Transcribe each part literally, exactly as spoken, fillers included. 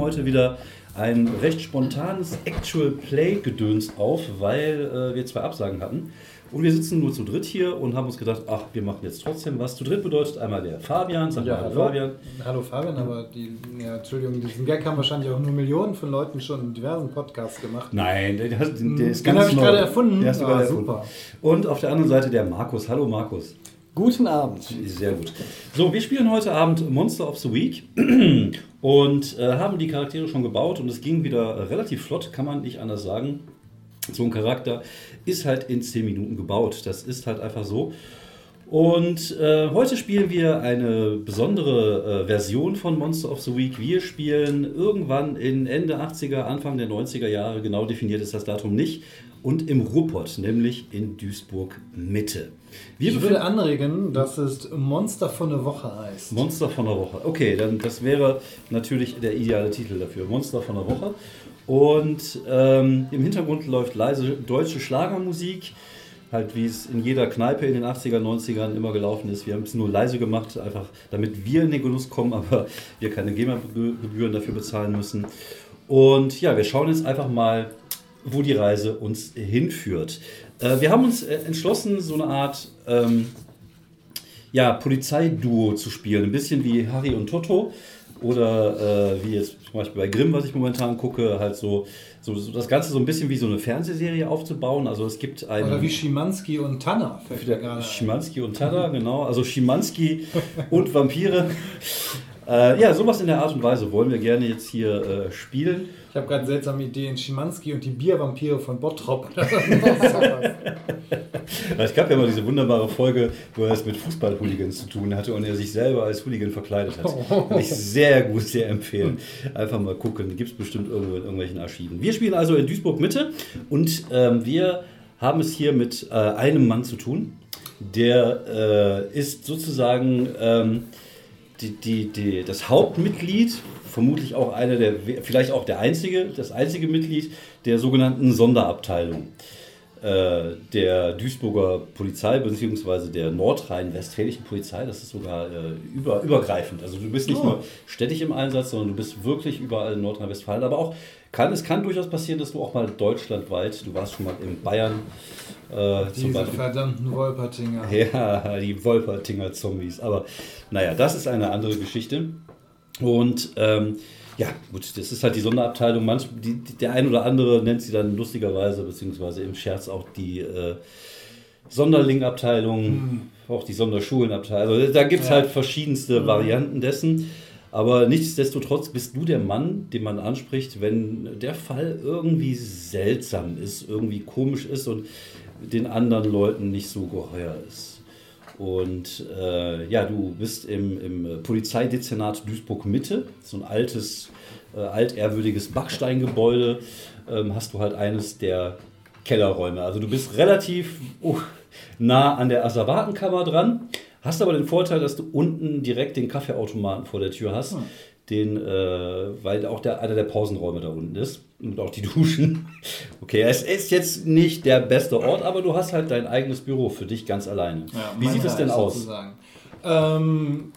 heute wieder ein recht spontanes Actual Play-Gedöns auf, weil äh, wir zwei Absagen hatten. Und wir sitzen nur zu dritt hier und haben uns gedacht, ach, wir machen jetzt trotzdem was. Zu dritt bedeutet einmal der Fabian. Sag ja, mal, hallo. Fabian. Hallo Fabian, aber die, ja, Entschuldigung, diesen Gag haben wahrscheinlich auch nur Millionen von Leuten schon in diversen Podcasts gemacht. Nein, der, der ist Den ganz Den habe ich neu. gerade erfunden. Den hast du Ah, gerade erfunden. super. Und auf der anderen Seite der Markus. Hallo Markus. Guten Abend. Sehr gut. So, wir spielen heute Abend Monster of the Week und äh, haben die Charaktere schon gebaut und es ging wieder äh, relativ flott, kann man nicht anders sagen. So ein Charakter ist halt in zehn Minuten gebaut. Das ist halt einfach so. Und äh, heute spielen wir eine besondere äh, Version von Monster of the Week. Wir spielen irgendwann in Ende achtziger, Anfang der neunziger Jahre, genau definiert ist das Datum nicht, und im Ruhrpott, nämlich in Duisburg-Mitte. Wir Ich will anregen, dass es Monster von der Woche heißt. Monster von der Woche. Okay, dann das wäre natürlich der ideale Titel dafür. Monster von der Woche. Und ähm, im Hintergrund läuft leise deutsche Schlagermusik. Halt wie es in jeder Kneipe in den achtziger, neunzigern immer gelaufen ist. Wir haben es nur leise gemacht, einfach damit wir in den Genuss kommen, aber wir keine GEMA-Gebühren dafür bezahlen müssen. Und ja, wir schauen jetzt einfach mal, wo die Reise uns hinführt. Äh, wir haben uns entschlossen, so eine Art ähm, ja, Polizeiduo zu spielen. Ein bisschen wie Harry und Toto. Oder äh, wie jetzt zum Beispiel bei Grimm, was ich momentan gucke, halt so, so, so das Ganze so ein bisschen wie so eine Fernsehserie aufzubauen. Also es gibt einen... Oder wie Schimanski und Tanner. fällt mir gerade ein. Schimanski und Tanner, genau. Also Schimanski und Vampire. Äh, ja, sowas in der Art und Weise wollen wir gerne jetzt hier äh, spielen. Ich habe gerade seltsame Ideen. Schimanski und die Biervampire von Bottrop. Es gab ja mal diese wunderbare Folge, wo er es mit Fußball-Hooligans zu tun hatte und er sich selber als Hooligan verkleidet hat. Kann ich sehr gut, sehr empfehlen. Einfach mal gucken, gibt es bestimmt irgendwo in irgendwelchen Archiven. Wir spielen also in Duisburg-Mitte und ähm, wir haben es hier mit äh, einem Mann zu tun. Der äh, ist sozusagen ähm, die, die, die, das Hauptmitglied, vermutlich auch einer der, vielleicht auch der einzige, das einzige Mitglied der sogenannten Sonderabteilung äh, der Duisburger Polizei bzw. der nordrhein-westfälischen Polizei. Das ist sogar äh, über, übergreifend. Also du bist nicht Oh. nur ständig im Einsatz, sondern du bist wirklich überall in Nordrhein-Westfalen. Aber auch kann, es kann durchaus passieren, dass du auch mal deutschlandweit, du warst schon mal in Bayern äh, zum Diese Beispiel. verdammten Wolpertinger. Ja, die Wolpertinger Zombies. Aber naja, das ist eine andere Geschichte. Und ähm, ja, gut, das ist halt die Sonderabteilung. Manch, die, die, der ein oder andere nennt sie dann lustigerweise, beziehungsweise im Scherz auch die äh, Sonderling-Abteilung, Hm. auch die Sonderschulenabteilung. Also da gibt es Ja. halt verschiedenste Mhm. Varianten dessen. Aber nichtsdestotrotz bist du der Mann, den man anspricht, wenn der Fall irgendwie seltsam ist, irgendwie komisch ist und den anderen Leuten nicht so geheuer ist. Und äh, ja, du bist im, im Polizeidezernat Duisburg-Mitte, so ein altes, äh, altehrwürdiges Backsteingebäude, ähm, hast du halt eines der Kellerräume. Also du bist relativ uh, nah an der Asservatenkammer dran, hast aber den Vorteil, dass du unten direkt den Kaffeeautomaten vor der Tür hast, Hm. den, äh, weil auch der, einer der Pausenräume da unten ist und auch die Duschen. Okay, es ist jetzt nicht der beste Ort, aber du hast halt dein eigenes Büro für dich ganz alleine. Ja, Wie sieht es denn aus? sozusagen. Ähm,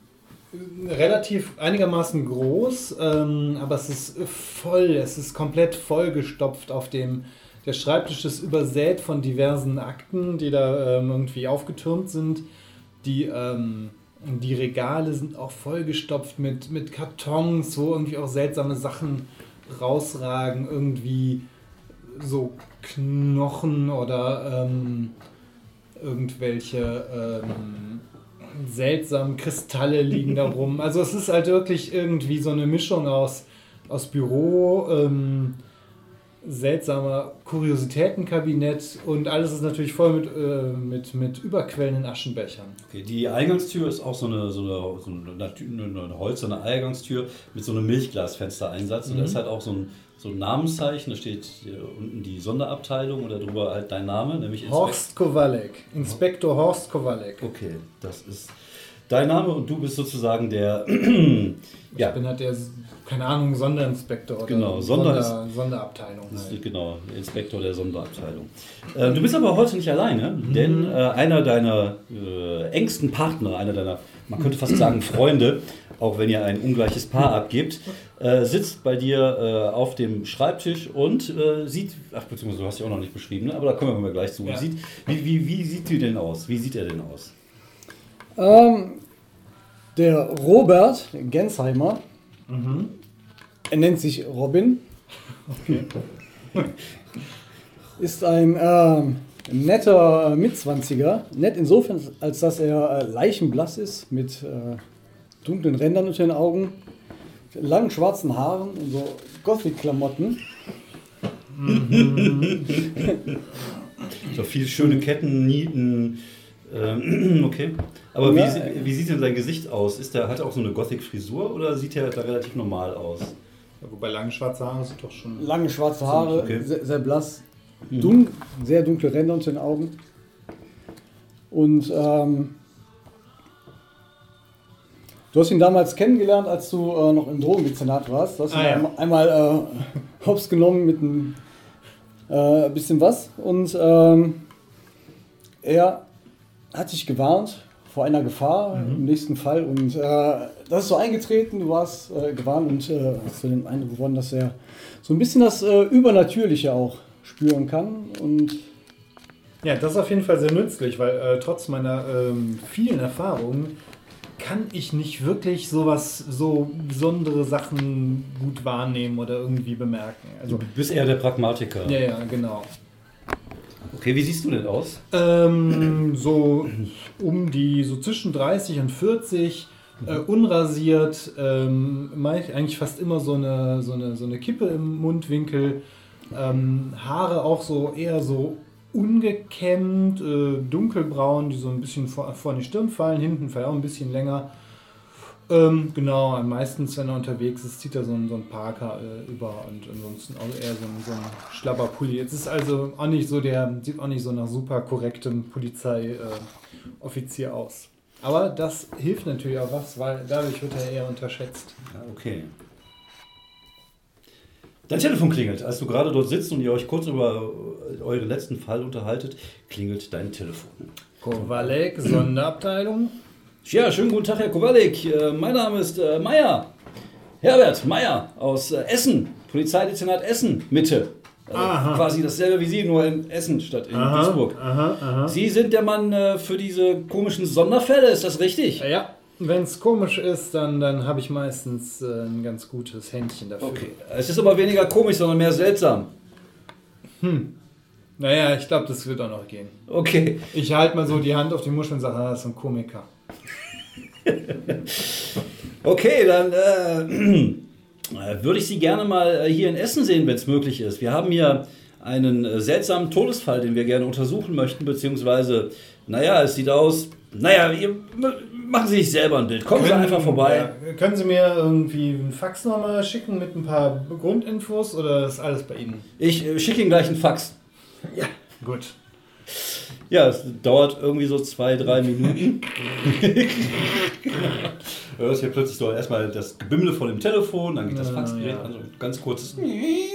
relativ einigermaßen groß, ähm, aber es ist voll, es ist komplett vollgestopft auf dem, der Schreibtisch ist übersät von diversen Akten, die da ähm, irgendwie aufgetürmt sind. Die, ähm, die Regale sind auch vollgestopft mit, mit Kartons, wo irgendwie auch seltsame Sachen rausragen, irgendwie so Knochen oder ähm, irgendwelche ähm, seltsamen Kristalle liegen da rum. Also es ist halt wirklich irgendwie so eine Mischung aus, aus Büro, ähm, seltsamer Kuriositätenkabinett und alles ist natürlich voll mit, äh, mit, mit überquellenden Aschenbechern. Okay, die Eingangstür ist auch so eine, so eine, so eine, eine holzerne Eingangstür mit so einem Milchglasfenstereinsatz. Mhm. Und da ist halt auch so ein, so ein Namenszeichen, da steht hier unten die Sonderabteilung und darüber halt dein Name, nämlich Inspek- Horst Kowalek, Inspektor Horst Kowalek. Okay, das ist dein Name und du bist sozusagen der ja, Ich bin halt der, keine Ahnung, Sonderinspektor oder Genau, Sonder- Sonder, Sonderabteilung. das ist Halt. genau, der Inspektor der Sonderabteilung. Äh, du bist aber heute nicht alleine, denn äh, einer deiner äh, engsten Partner, einer deiner man könnte fast sagen Freunde, auch wenn ihr ein ungleiches Paar abgibt, äh, sitzt bei dir äh, auf dem Schreibtisch und äh, sieht, ach beziehungsweise du hast ja auch noch nicht beschrieben, ne? Aber da kommen wir mal gleich zu. Ja. Sieht, wie, wie, wie sieht die denn aus? Wie sieht er denn aus? Ähm, der Robert Gensheimer, Mhm. er nennt sich Robin, Okay. ist ein ähm, netter Mitzwanziger. Nett insofern, als dass er äh, leichenblass ist, mit äh, dunklen Rändern unter den Augen, langen schwarzen Haaren und so Gothic-Klamotten. So viele schöne Ketten, Nieten. Ähm, okay. Aber Ja. wie, wie sieht denn sein Gesicht aus? Ist der, hat er auch so eine Gothic-Frisur oder sieht er da relativ normal aus? Ja, wobei lange schwarze Haare sind doch schon. Lange schwarze Haare, Okay. sehr, sehr blass, Mhm. dun sehr dunkle Ränder unter den Augen. Und ähm, du hast ihn damals kennengelernt, als du äh, noch im Drogendezernat warst. Du hast ihn Ah, ja. einmal, einmal äh, hops genommen mit ein äh, bisschen was. Und ähm, er hat dich gewarnt vor einer Gefahr im nächsten Fall. Und äh, das ist so eingetreten, du warst äh, gewarnt und äh, hast so den Eindruck gewonnen, dass er so ein bisschen das äh, Übernatürliche auch spüren kann. Und Ja, das ist auf jeden Fall sehr nützlich, weil äh, trotz meiner ähm, vielen Erfahrungen kann ich nicht wirklich sowas, so besondere Sachen gut wahrnehmen oder irgendwie bemerken. Also, Du bist eher der Pragmatiker. ja, ja, genau. Okay, wie siehst du denn aus? Ähm, so um die, so zwischen dreißig und vierzig, äh, unrasiert, ähm, meist- eigentlich fast immer so eine, so eine, so eine Kippe im Mundwinkel, ähm, Haare auch so eher so ungekämmt, äh, dunkelbraun, die so ein bisschen vor, vor die Stirn fallen, hinten vielleicht auch ein bisschen länger. Ähm, genau, meistens, wenn er unterwegs ist, zieht er so einen, so einen Parker äh, über und ansonsten auch eher so einen, so einen Schlabberpulli. Jetzt ist also auch nicht so der, sieht auch nicht so nach super korrektem Polizeioffizier äh, aus. Aber das hilft natürlich auch was, weil dadurch wird er eher unterschätzt. Ja, okay. Dein Telefon klingelt. Als du gerade dort sitzt und ihr euch kurz über euren letzten Fall unterhaltet, klingelt dein Telefon. Kowalek, Sonderabteilung. Ja, schönen guten Tag, Herr Kowalik. Äh, Mein Name ist äh, Meier. Herbert Meier aus äh, Essen. Polizeidezernat Essen, Mitte. Also Aha. quasi dasselbe wie Sie, nur in Essen statt in Aha, Duisburg. aha, aha. Sie sind der Mann äh, für diese komischen Sonderfälle, ist das richtig? Ja, wenn es komisch ist, dann, dann habe ich meistens äh, ein ganz gutes Händchen dafür. Okay. Es ist aber weniger komisch, sondern mehr seltsam. Naja, ich glaube, das wird auch noch gehen. Okay. Ich halte mal so die Hand auf die Muschel und sage, ah, das ist ein Komiker. Okay, dann äh, äh, würde ich Sie gerne mal äh, hier in Essen sehen, wenn es möglich ist. Wir haben hier einen äh, seltsamen Todesfall, den wir gerne untersuchen möchten, beziehungsweise, naja, es sieht aus, naja, ihr, machen Sie sich selber ein Bild. Kommen Sie einfach vorbei. Ja, können Sie mir irgendwie einen Fax nochmal schicken mit ein paar Grundinfos oder ist alles bei Ihnen? Ich äh, schicke Ihnen gleich einen Fax. Ja. Gut. Ja, es dauert irgendwie so zwei, drei Minuten. Du hörst hier plötzlich so erstmal das Gebimmel von dem Telefon, dann geht das Ja, Faxgerät ja. an, so ein ganz kurzes. Und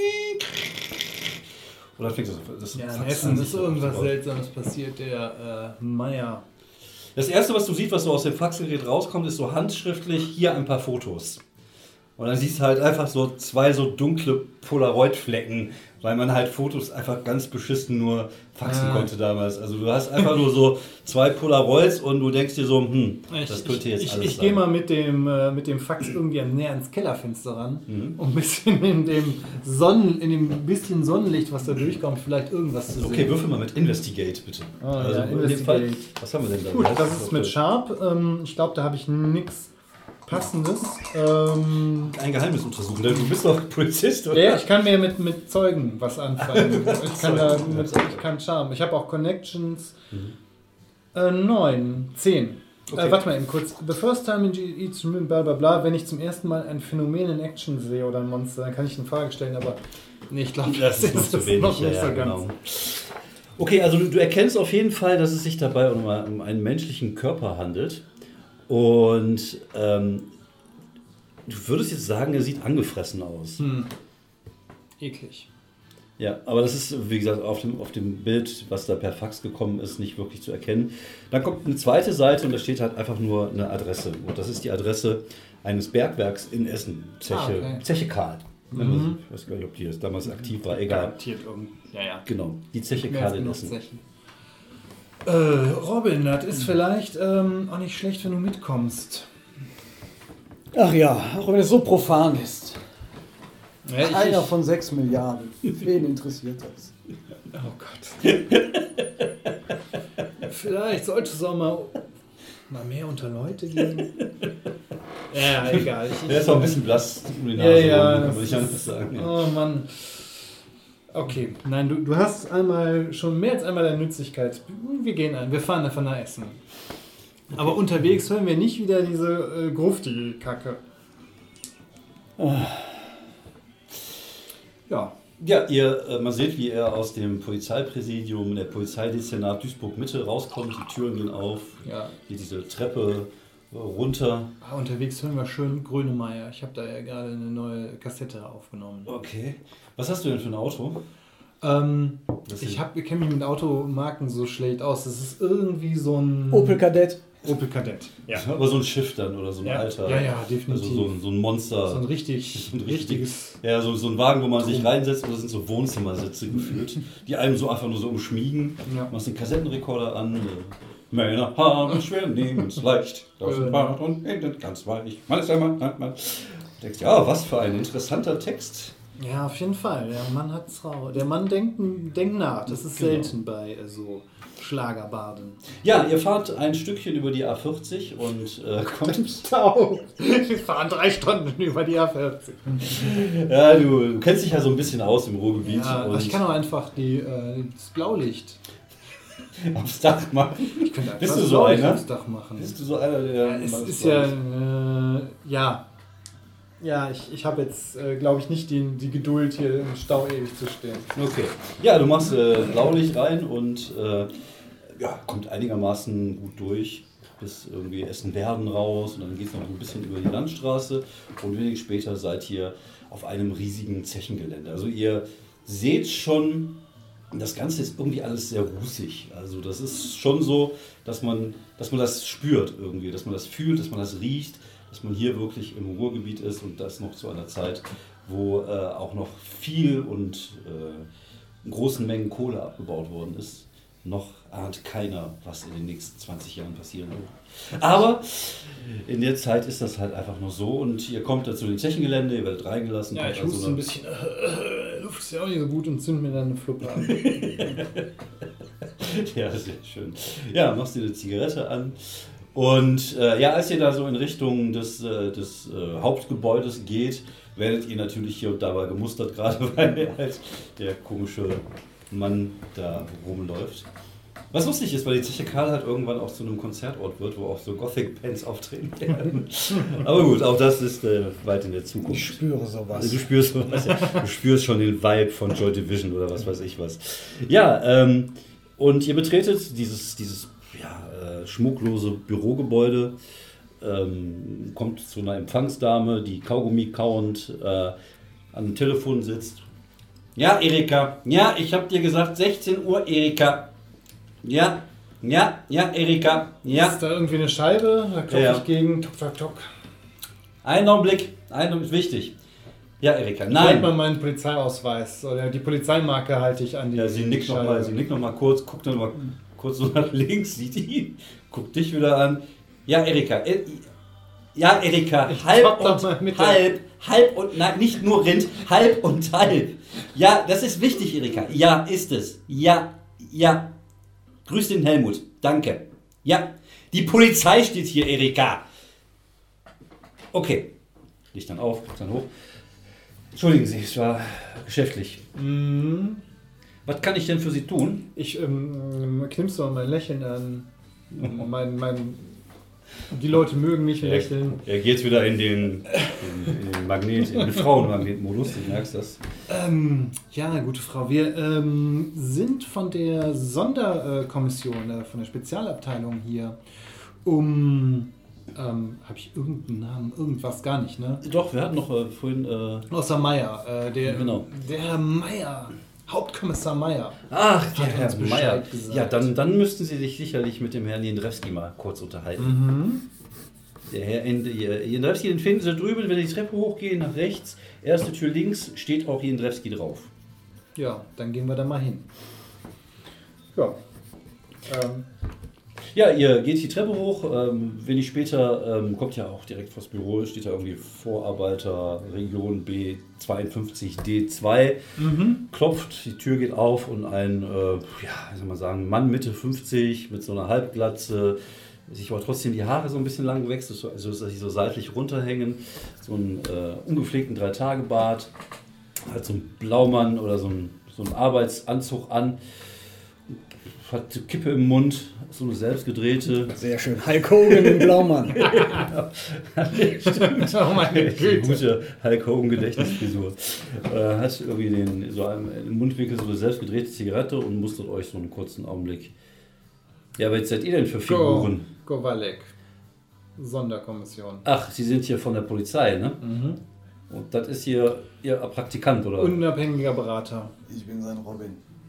dann fängt das, das Ja, in Fax Essen an, ist sich irgendwas zu- Seltsames passiert. Der äh, Meier. Das erste, was du siehst, was so aus dem Faxgerät rauskommt, ist so handschriftlich, hier ein paar Fotos. Und dann siehst du halt einfach so zwei so dunkle Polaroid-Flecken, weil man halt Fotos einfach ganz beschissen nur faxen Ah. konnte damals. Also du hast einfach nur so zwei Polaroids und du denkst dir so, hm, das Ich, könnte jetzt ich, alles ich, ich sein. gehe mal mit dem, äh, mit dem Fax irgendwie näher ans Kellerfenster ran, Mhm. um ein bisschen in dem Sonnen, in dem bisschen Sonnenlicht, was da durchkommt, vielleicht irgendwas zu sehen. Okay, würfel mal mit Investigate, bitte. Ah, also ja, in dem Investigate. Fall, was haben wir denn da? Gut, Wie heißt das ist mit Sharp. Ähm, ich glaube, da habe ich nichts Passendes. Ähm, Ein Geheimnis untersuchen, denn du bist doch Polizist, oder? ja, ich kann mir mit, mit Zeugen was anfangen. Ich kann da mit, ich kann Charme. Ich habe auch Connections. Äh, neun, zehn. Okay. Äh, warte mal eben kurz. The first time in each bla bla bla, wenn ich zum ersten Mal ein Phänomen in Action sehe oder ein Monster, dann kann ich eine Frage stellen, aber nee, ich glaube, das, ist noch zu das wenig. noch Ja, nicht ja, so ganz. genau. Okay, also du, du erkennst auf jeden Fall, dass es sich dabei um, um einen menschlichen Körper handelt. Und ähm, du würdest jetzt sagen, er sieht angefressen aus. Hm. Eklig. Ja, aber das ist, wie gesagt, auf dem, auf dem Bild, was da per Fax gekommen ist, nicht wirklich zu erkennen. Dann kommt eine zweite Seite und da steht halt einfach nur eine Adresse. Und das ist die Adresse eines Bergwerks in Essen, Zeche, Ah, okay. Zeche Karl. Mhm. Ich weiß gar nicht, ob die das damals aktiv war, egal. Garantiert irgend. Ja, ja. Genau, die Zeche Mehr Karl als in genug Essen. Zechen. Äh, Robin, das ist vielleicht ähm, auch nicht schlecht, wenn du mitkommst. Ach ja, auch wenn es so profan ist. Ja, ich, Einer ich, von sechs Milliarden. Wen interessiert das? oh Gott. Vielleicht solltest du auch mal, mal mehr unter Leute gehen. Ja, egal. Ich, Der ist auch ein bisschen blass um die Ja, Nase, ja, rum, das würde ich anders sagen. Ja. Oh Mann. Okay, nein, du, du hast einmal schon mehr als einmal deine Nützlichkeit. Wir gehen ein, wir fahren einfach nach Essen. Aber unterwegs hören wir nicht wieder diese äh, Grufti-Kacke. Ja. Ja, ihr, äh, man sieht, wie er aus dem Polizeipräsidium, der Polizeidezernat Duisburg-Mitte rauskommt. Die Türen gehen auf, Ja. geht diese Treppe äh, runter. Ah, unterwegs hören wir schön Grönemeyer. Ich habe da ja gerade eine neue Kassette aufgenommen. Okay. Was hast du denn für ein Auto? Ähm, Das ich ist- hab- ich kenne mich mit Automarken so schlecht aus. Das ist irgendwie so ein Opel Kadett. Opel Kadett. Ja. Aber so ein Schiff dann oder so ein Ja. alter. Ja, ja, definitiv. Also so ein, so ein Monster. So ein richtig, So ein richtig- richtiges. Ja, so, so ein Wagen, wo man sich reinsetzt, oder sind so Wohnzimmersitze gefühlt, die einem so einfach nur so umschmiegen. Ja. Machst den Kassettenrekorder an. äh, Männer haben es schwer, nehmen es leicht. Tausend Bart und hinten ganz weich. Man ist ein Mann, Mann, Mann. Du denkst, ja, was für ein interessanter Text. Ja, auf jeden Fall. Der Mann hat's raus. Der Mann denkt, denkt nach. Das ist Genau. selten bei äh, so Schlagerbaden. Ja, ihr fahrt ein Stückchen über die A vierzig und äh, kommt. Stau. Wir fahren drei Stunden über die A vierzig. Ja, du, du kennst dich ja so ein bisschen aus im Ruhrgebiet. Ja, aber und ich kann auch einfach die, äh, das Blaulicht. aufs Dach machen. Ich könnte einfach Bist das du so Blaulicht einer? aufs Dach machen. Bist du so einer, der. Ja, es ist ja, äh, ja. Ja, ich, ich habe jetzt, äh, glaube ich, nicht die, die Geduld, hier im Stau ewig zu stehen. Okay. Ja, du machst äh, Blaulicht rein und äh, ja, kommt einigermaßen gut durch. Bis irgendwie Essen-Werden raus und dann geht es noch ein bisschen über die Landstraße und wenig später seid ihr auf einem riesigen Zechengelände. Also ihr seht schon, das Ganze ist irgendwie alles sehr rußig. Also das ist schon so, dass man, dass man das spürt irgendwie, dass man das fühlt, dass man das riecht, dass man hier wirklich im Ruhrgebiet ist und das noch zu einer Zeit, wo äh, auch noch viel und äh, in großen Mengen Kohle abgebaut worden ist. Noch ahnt keiner, was in den nächsten zwanzig Jahren passieren wird. Aber in der Zeit ist das halt einfach nur so und ihr kommt da zu dem Zechengelände, ihr werdet reingelassen. Ja, kommt ich an huste so ein einer- bisschen. Äh, Luft ist ja auch nicht so gut und zünd mir dann eine Fluppe an. Ja, sehr schön. Ja, machst dir eine Zigarette an. Und äh, ja, als ihr da so in Richtung des, äh, des äh, Hauptgebäudes geht, werdet ihr natürlich hier und da mal gemustert, gerade weil halt der komische Mann da rumläuft. Was lustig ist, weil die Zeche Karl halt irgendwann auch zu einem Konzertort wird, wo auch so Gothic-Bands auftreten werden. Aber gut, auch das ist äh, weit in der Zukunft. Ich spüre sowas. Du spürst, sowas, ja. Du spürst schon den Vibe von Joy Division oder was weiß ich was. Ja, ähm, und ihr betretet dieses, dieses ja, äh, schmucklose Bürogebäude, ähm, kommt zu einer Empfangsdame, die Kaugummi kauend äh, am Telefon sitzt. Ja, Erika, ja, ich hab dir gesagt, sechzehn Uhr, Erika. Ja, ja, ja, Erika, ja. Ist da irgendwie eine Scheibe? Da klopfe Ja, ja. ich gegen. Tok, tok, tok. Einen Augenblick, einen Augenblick, wichtig. Ja, Erika, Nein. nein. mal meinen Polizeiausweis oder die Polizeimarke halte ich an die Ja, sie nickt Scheibe. nochmal, sie nickt noch mal kurz, guckt noch mal kurz so nach links, sieht ihn, guckt dich wieder an. Ja, Erika, äh, ja, Erika, Ich halb top doch und mal mit der- halb, halb und, nein, nicht nur Rind, halb und halb. Ja, das ist wichtig, Erika. Ja, ist es. Ja, ja. Grüß den Helmut, danke. Ja, die Polizei steht hier, Erika. Okay, Licht dann auf, guckt dann hoch. Entschuldigen Sie, es war geschäftlich. Mhm. Was kann ich denn für Sie tun? Ich ähm, knipse mal mein Lächeln an. mein, mein, die Leute mögen mich lächeln. Er geht wieder in den, in, in den Magnet, in den Frauenmagnetmodus, du merkst das. Ähm, ja, gute Frau. Wir ähm, sind von der Sonderkommission, äh, von der Spezialabteilung hier, um. Ähm, Habe ich irgendeinen Namen? Irgendwas gar nicht, ne? Doch, wir hatten noch äh, vorhin. Äh, Außer Meier. Äh, der, Genau. der Herr Meier. Hauptkommissar Meyer. Ach, der Hat Herr uns Bescheid Meier. gesagt. Ja, dann, dann müssten Sie sich sicherlich mit dem Herrn Jendrewski mal kurz unterhalten. Mhm. Der Herr Jendrewski, den finden Sie drüben, wenn Sie die Treppe hochgehen, nach rechts, erste Tür links, steht auch Jendrewski drauf. Ja, dann gehen wir da mal hin. Ja. Ähm. Ja, ihr geht die Treppe hoch, ähm, wenig später ähm, kommt ja auch direkt vors Büro, steht da irgendwie Vorarbeiter Region B zweiundfünfzig D zwei, Mhm. klopft, die Tür geht auf und ein, äh, ja, wie soll man sagen, Mann Mitte fünfzig mit so einer Halbglatze, sich aber trotzdem die Haare so ein bisschen lang gewachsen, so- also dass sie so seitlich runterhängen, so einen äh, ungepflegten Drei-Tage-Bart, hat so einen Blaumann oder so einen, so einen Arbeitsanzug an, hat die Kippe im Mund, so eine selbstgedrehte. Sehr schön. Hulk Hogan im Blaumann. Stimmt. Oh meine Die Güte. gute Hulk Hogan Gedächtnisfrisur. Äh, hat irgendwie den, so einem, im Mundwinkel so eine selbstgedrehte Zigarette und mustert euch so einen kurzen Augenblick. Ja, aber jetzt seid ihr denn für Figuren? Go, Gowalek. Sonderkommission. Ach, Sie sind hier von der Polizei, ne? Mhm. Und das ist hier Ihr Praktikant, oder? Unabhängiger Berater. Ich bin sein Robin.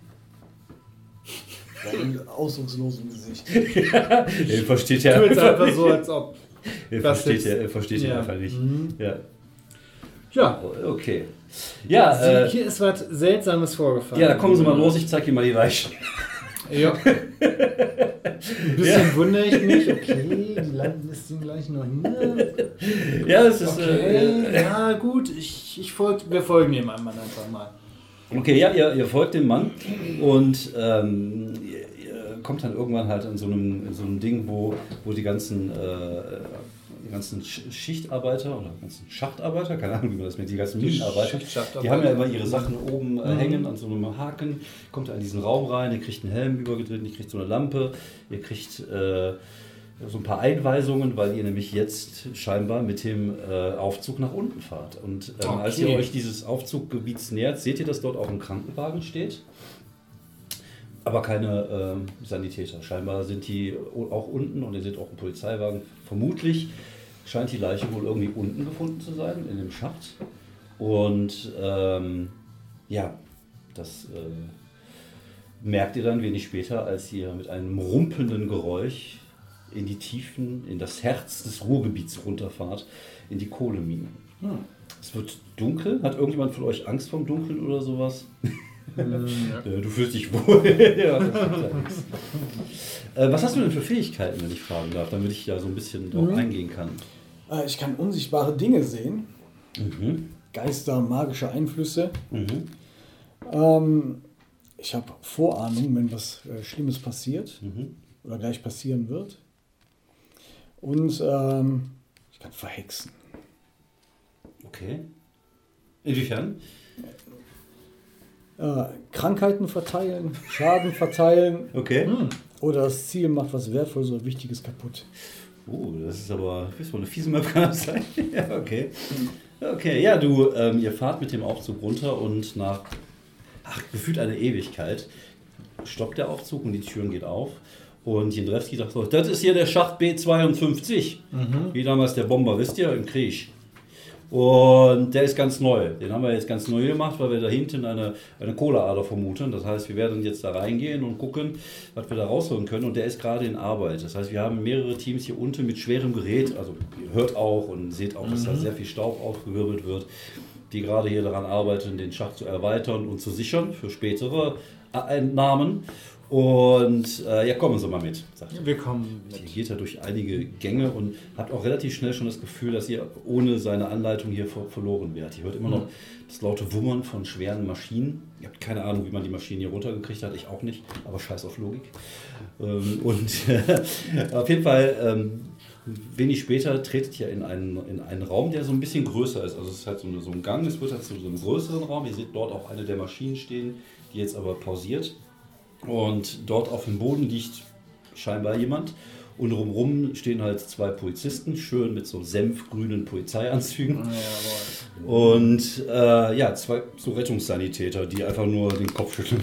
Sein ausdruckslosem Gesicht. Er versteht ja, Tu jetzt einfach so, als ob. er das versteht jetzt- ja, er versteht ja Ja. einfach nicht. Mhm. Ja, Ja. okay. Ja, Sie, äh, hier ist was Seltsames vorgefallen. ja, da kommen Sie mal los, ich zeige Ihnen mal die Leichen. Ja. Ein bisschen wundere ich mich. Okay, die landen ist die gleich noch hier. Ja, das ist. Okay, Äh, ja gut, ich, ich folg, wir folgen dem Mann einfach mal. Okay, ja, ihr, ihr folgt dem Mann und ähm, ihr, ihr kommt dann irgendwann halt in so einem, in so einem Ding, wo, wo die ganzen, äh, die ganzen Sch- Schichtarbeiter oder ganzen Schachtarbeiter, keine Ahnung, wie man das nennt, die ganzen Minenarbeiter, Schachtarbeiter. die haben ja immer ihre Sachen oben äh, Mhm. hängen an so einem Haken, kommt in diesen Raum rein, ihr kriegt einen Helm übergedreht, ihr kriegt so eine Lampe, ihr kriegt äh, so ein paar Einweisungen, weil ihr nämlich jetzt scheinbar mit dem äh, Aufzug nach unten fahrt. Und ähm, Okay. als ihr euch dieses Aufzuggebiets nähert, seht ihr, dass dort auch ein Krankenwagen steht. Aber keine ähm, Sanitäter. Scheinbar sind die o- auch unten und ihr seht auch einen Polizeiwagen. Vermutlich scheint die Leiche wohl irgendwie unten gefunden zu sein, in dem Schacht. Und ähm, ja, das äh, merkt ihr dann wenig später, als ihr mit einem rumpelnden Geräusch in die Tiefen, in das Herz des Ruhrgebiets runterfahrt, in die Kohleminen. Hm. Es wird dunkel. Hat irgendjemand von euch Angst vom Dunkeln oder sowas? Hm, ja. Äh, Du fühlst dich wohl. Ja, das macht ja nichts. Äh, was hast du denn für Fähigkeiten, wenn ich fragen darf, damit ich da so ein bisschen drauf Mhm. eingehen kann? Äh, Ich kann unsichtbare Dinge sehen. Mhm. Geister, magische Einflüsse. Mhm. Ähm, ich habe Vorahnung, wenn was äh, Schlimmes passiert Mhm. oder gleich passieren wird. Und ähm, ich kann verhexen. Okay. Inwiefern? Äh, Krankheiten verteilen, Schaden verteilen Okay. Hm. oder das Ziel macht was Wertvolles oder Wichtiges kaputt. Oh, das ist aber, du bist wohl eine fiese Map, kann das sein? Ja, okay. Okay, ja, du, ähm, ihr fahrt mit dem Aufzug runter und nach, ach, gefühlt eine Ewigkeit stoppt der Aufzug und die Türen geht auf. Und Jendrewski sagt so, das ist hier der Schacht B zweiundfünfzig. Mhm. Wie damals der Bomber, wisst ihr, im Krieg. Und der ist ganz neu. Den haben wir jetzt ganz neu gemacht, weil wir da hinten eine, eine Kohleader vermuten. Das heißt, wir werden jetzt da reingehen und gucken, was wir da rausholen können. Und der ist gerade in Arbeit. Das heißt, wir haben mehrere Teams hier unten mit schwerem Gerät. Also ihr hört auch und seht auch, dass da sehr viel Staub aufgewirbelt wird, die gerade hier daran arbeiten, den Schacht zu erweitern und zu sichern für spätere Entnahmen. Und äh, ja, kommen Sie mal mit, sagt er. Wir kommen Ihr mit. geht da durch einige Gänge und habt auch relativ schnell schon das Gefühl, dass ihr ohne seine Anleitung hier ver verloren werdet. Ihr hört immer noch das laute Wummern von schweren Maschinen. Ihr habt keine Ahnung, wie man die Maschinen hier runtergekriegt hat, ich auch nicht, aber scheiß auf Logik. Ähm, und äh, auf jeden Fall, ähm, wenig später tretet ihr in einen, in einen Raum, der so ein bisschen größer ist. Also es ist halt so, eine, so ein Gang, es wird halt zu so einem größeren Raum. Ihr seht dort auch eine der Maschinen stehen, die jetzt aber pausiert. Und dort auf dem Boden liegt scheinbar jemand. Und drumherum stehen halt zwei Polizisten, schön mit so senfgrünen Polizeianzügen. Ja, Und äh, ja, zwei so Rettungssanitäter, die einfach nur den Kopf schütteln.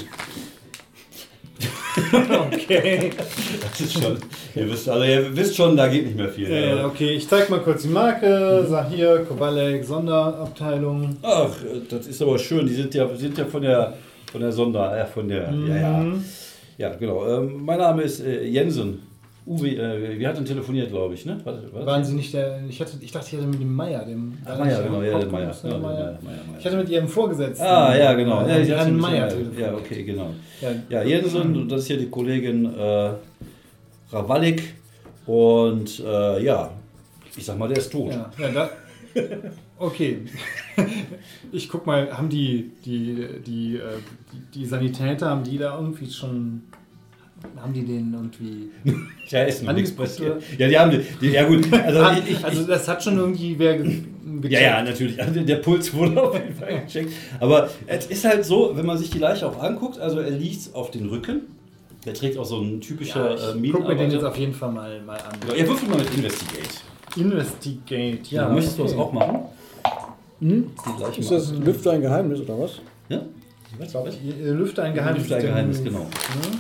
jawohl. Okay. Das ist schon, ihr wisst, also ihr wisst schon, da geht nicht mehr viel. Äh, okay, ich zeig mal kurz die Marke. Sag hier, Kowalek, Sonderabteilung. Ach, das ist aber schön. Die sind ja, sind ja von der Von der Sonder, äh, von der, mhm. ja, ja. Ja, genau. Ähm, mein Name ist äh, Jensen. Uwe, äh, wir hatten telefoniert, glaube ich, ne? Warte, warte. Waren Sie nicht der, ich, hatte, ich dachte, ich hatte mit dem Meier, dem... Ach, Meier, genau, ja, der Meier. Ja, Meier. Ich hatte mit Ihrem Vorgesetzten... Ah, ja, genau. Ja, ja, Herrn Meier telefoniert. Ja, okay, genau. Ja, ja Jensen, und das ist hier die Kollegin äh, Rawalik. Und äh, ja, ich sag mal, der ist tot. Ja, ja da, okay. Ich guck mal, haben die, die, die, die, die Sanitäter, haben die da irgendwie schon... Haben die den irgendwie... Ja, ist noch nichts passiert. Ja, die haben die, die ja gut. Also, ich, ich, also das hat schon irgendwie wer gecheckt. Ja, ja, natürlich. Also der Puls wurde auf jeden Fall gecheckt. Aber es ist halt so, wenn man sich die Leiche auch anguckt, also er liegt auf den Rücken. Der trägt auch so ein typischer ja, äh, Minenarbeiter. Guck mir den jetzt auf jeden Fall mal, mal an. Ja, ihr würfelt mal mit Investigate. Investigate, ja. ja möchtest okay. du das auch machen? Hm? Ist das Lüfter ein Geheimnis oder was? Ja? Ich glaube, Lüfter ein Geheimnis. Lüfter ein Geheimnis, genau. Hm?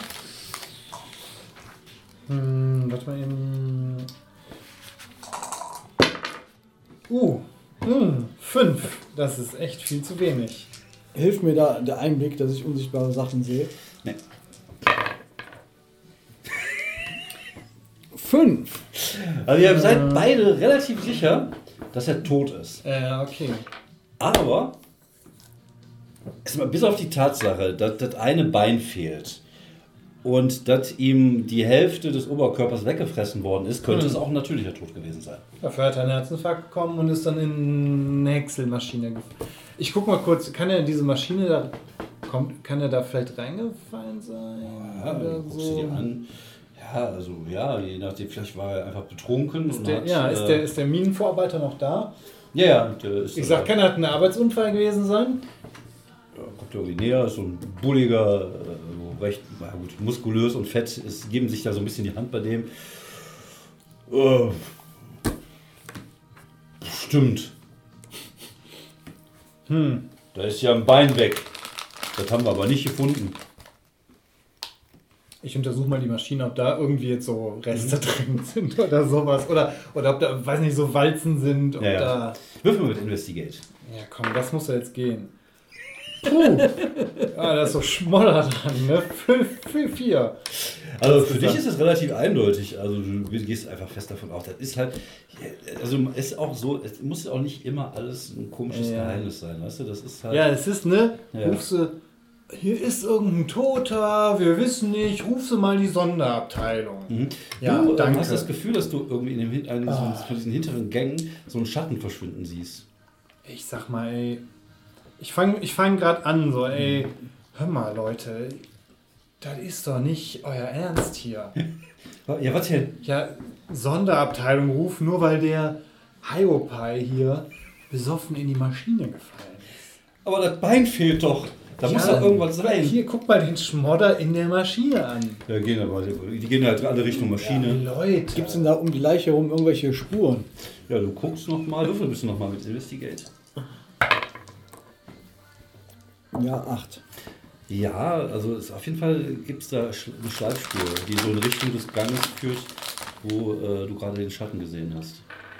Hm, warte mal eben. Uh, hm, fünf. Das ist echt viel zu wenig. Hilft mir da der Einblick, dass ich unsichtbare Sachen sehe? Nee. Fünf. Also ihr seid äh, beide relativ sicher, dass er tot ist. Äh, okay. Aber bis auf die Tatsache, dass das eine Bein fehlt und dass ihm die Hälfte des Oberkörpers weggefressen worden ist, könnte hm. es auch ein natürlicher Tod gewesen sein. Dafür hat er einen Herzinfarkt bekommen und ist dann in eine Häckselmaschine gefallen. Ich guck mal kurz, kann er in diese Maschine da, kommt, kann er da vielleicht reingefallen sein? Ja, oder guckst so? du dir an. Ja, also ja, je nachdem, vielleicht war er einfach betrunken. Ist und der, hat, ja, ist, äh, der, ist der Minenvorarbeiter noch da? Ja, ja. Der ist, ich sag, kann er ein Arbeitsunfall gewesen sein? Ja, kommt irgendwie näher, ist so ein bulliger, äh, recht na gut, muskulös und fett, es geben sich da so ein bisschen die Hand bei dem. Äh, stimmt. Hm. Da ist ja ein Bein weg. Das haben wir aber nicht gefunden. Ich untersuche mal die Maschine, ob da irgendwie jetzt so Reste drin sind oder sowas. Oder, oder ob da, weiß nicht, so Walzen sind. Ob ja, ja. Da Würfel mit Investigate. Ja, komm, das muss ja jetzt gehen. Puh. Ah, da ist so Schmoller dran, ne? fünf, vier. Also für dich ist es relativ eindeutig. Also du gehst einfach fest davon aus. Das ist halt, also es ist auch so, es muss auch nicht immer alles ein komisches ja. Geheimnis sein, weißt du? Das ist halt. Ja, es ist, ne? Ja. Rufst du, hier ist irgendein Toter, wir wissen nicht, rufst du mal die Sonderabteilung. Mhm. Ja, du danke. hast das Gefühl, dass du irgendwie in den, einen, ah. von diesen hinteren Gängen so einen Schatten verschwinden siehst. Ich sag mal, ey, ich fange ich fang gerade an, so, ey, hör mal, Leute, das ist doch nicht euer Ernst hier. Ja, was denn? Ja, Sonderabteilung rufen, nur weil der Hiopai hier besoffen in die Maschine gefallen ist. Aber das Bein fehlt doch. Da ja, muss doch irgendwas sein. Hier, guck mal den Schmodder in der Maschine an. Ja, gehen aber, die gehen halt alle Richtung Maschine. Ja, Leute. Gibt es denn da um die Leiche herum irgendwelche Spuren? Ja, du guckst nochmal, würfel bist du nochmal mit Investigate. Ja, acht. Ja, also es, auf jeden Fall gibt es da eine Schleifspur, die so in Richtung des Ganges führt, wo äh, du gerade den Schatten gesehen hast.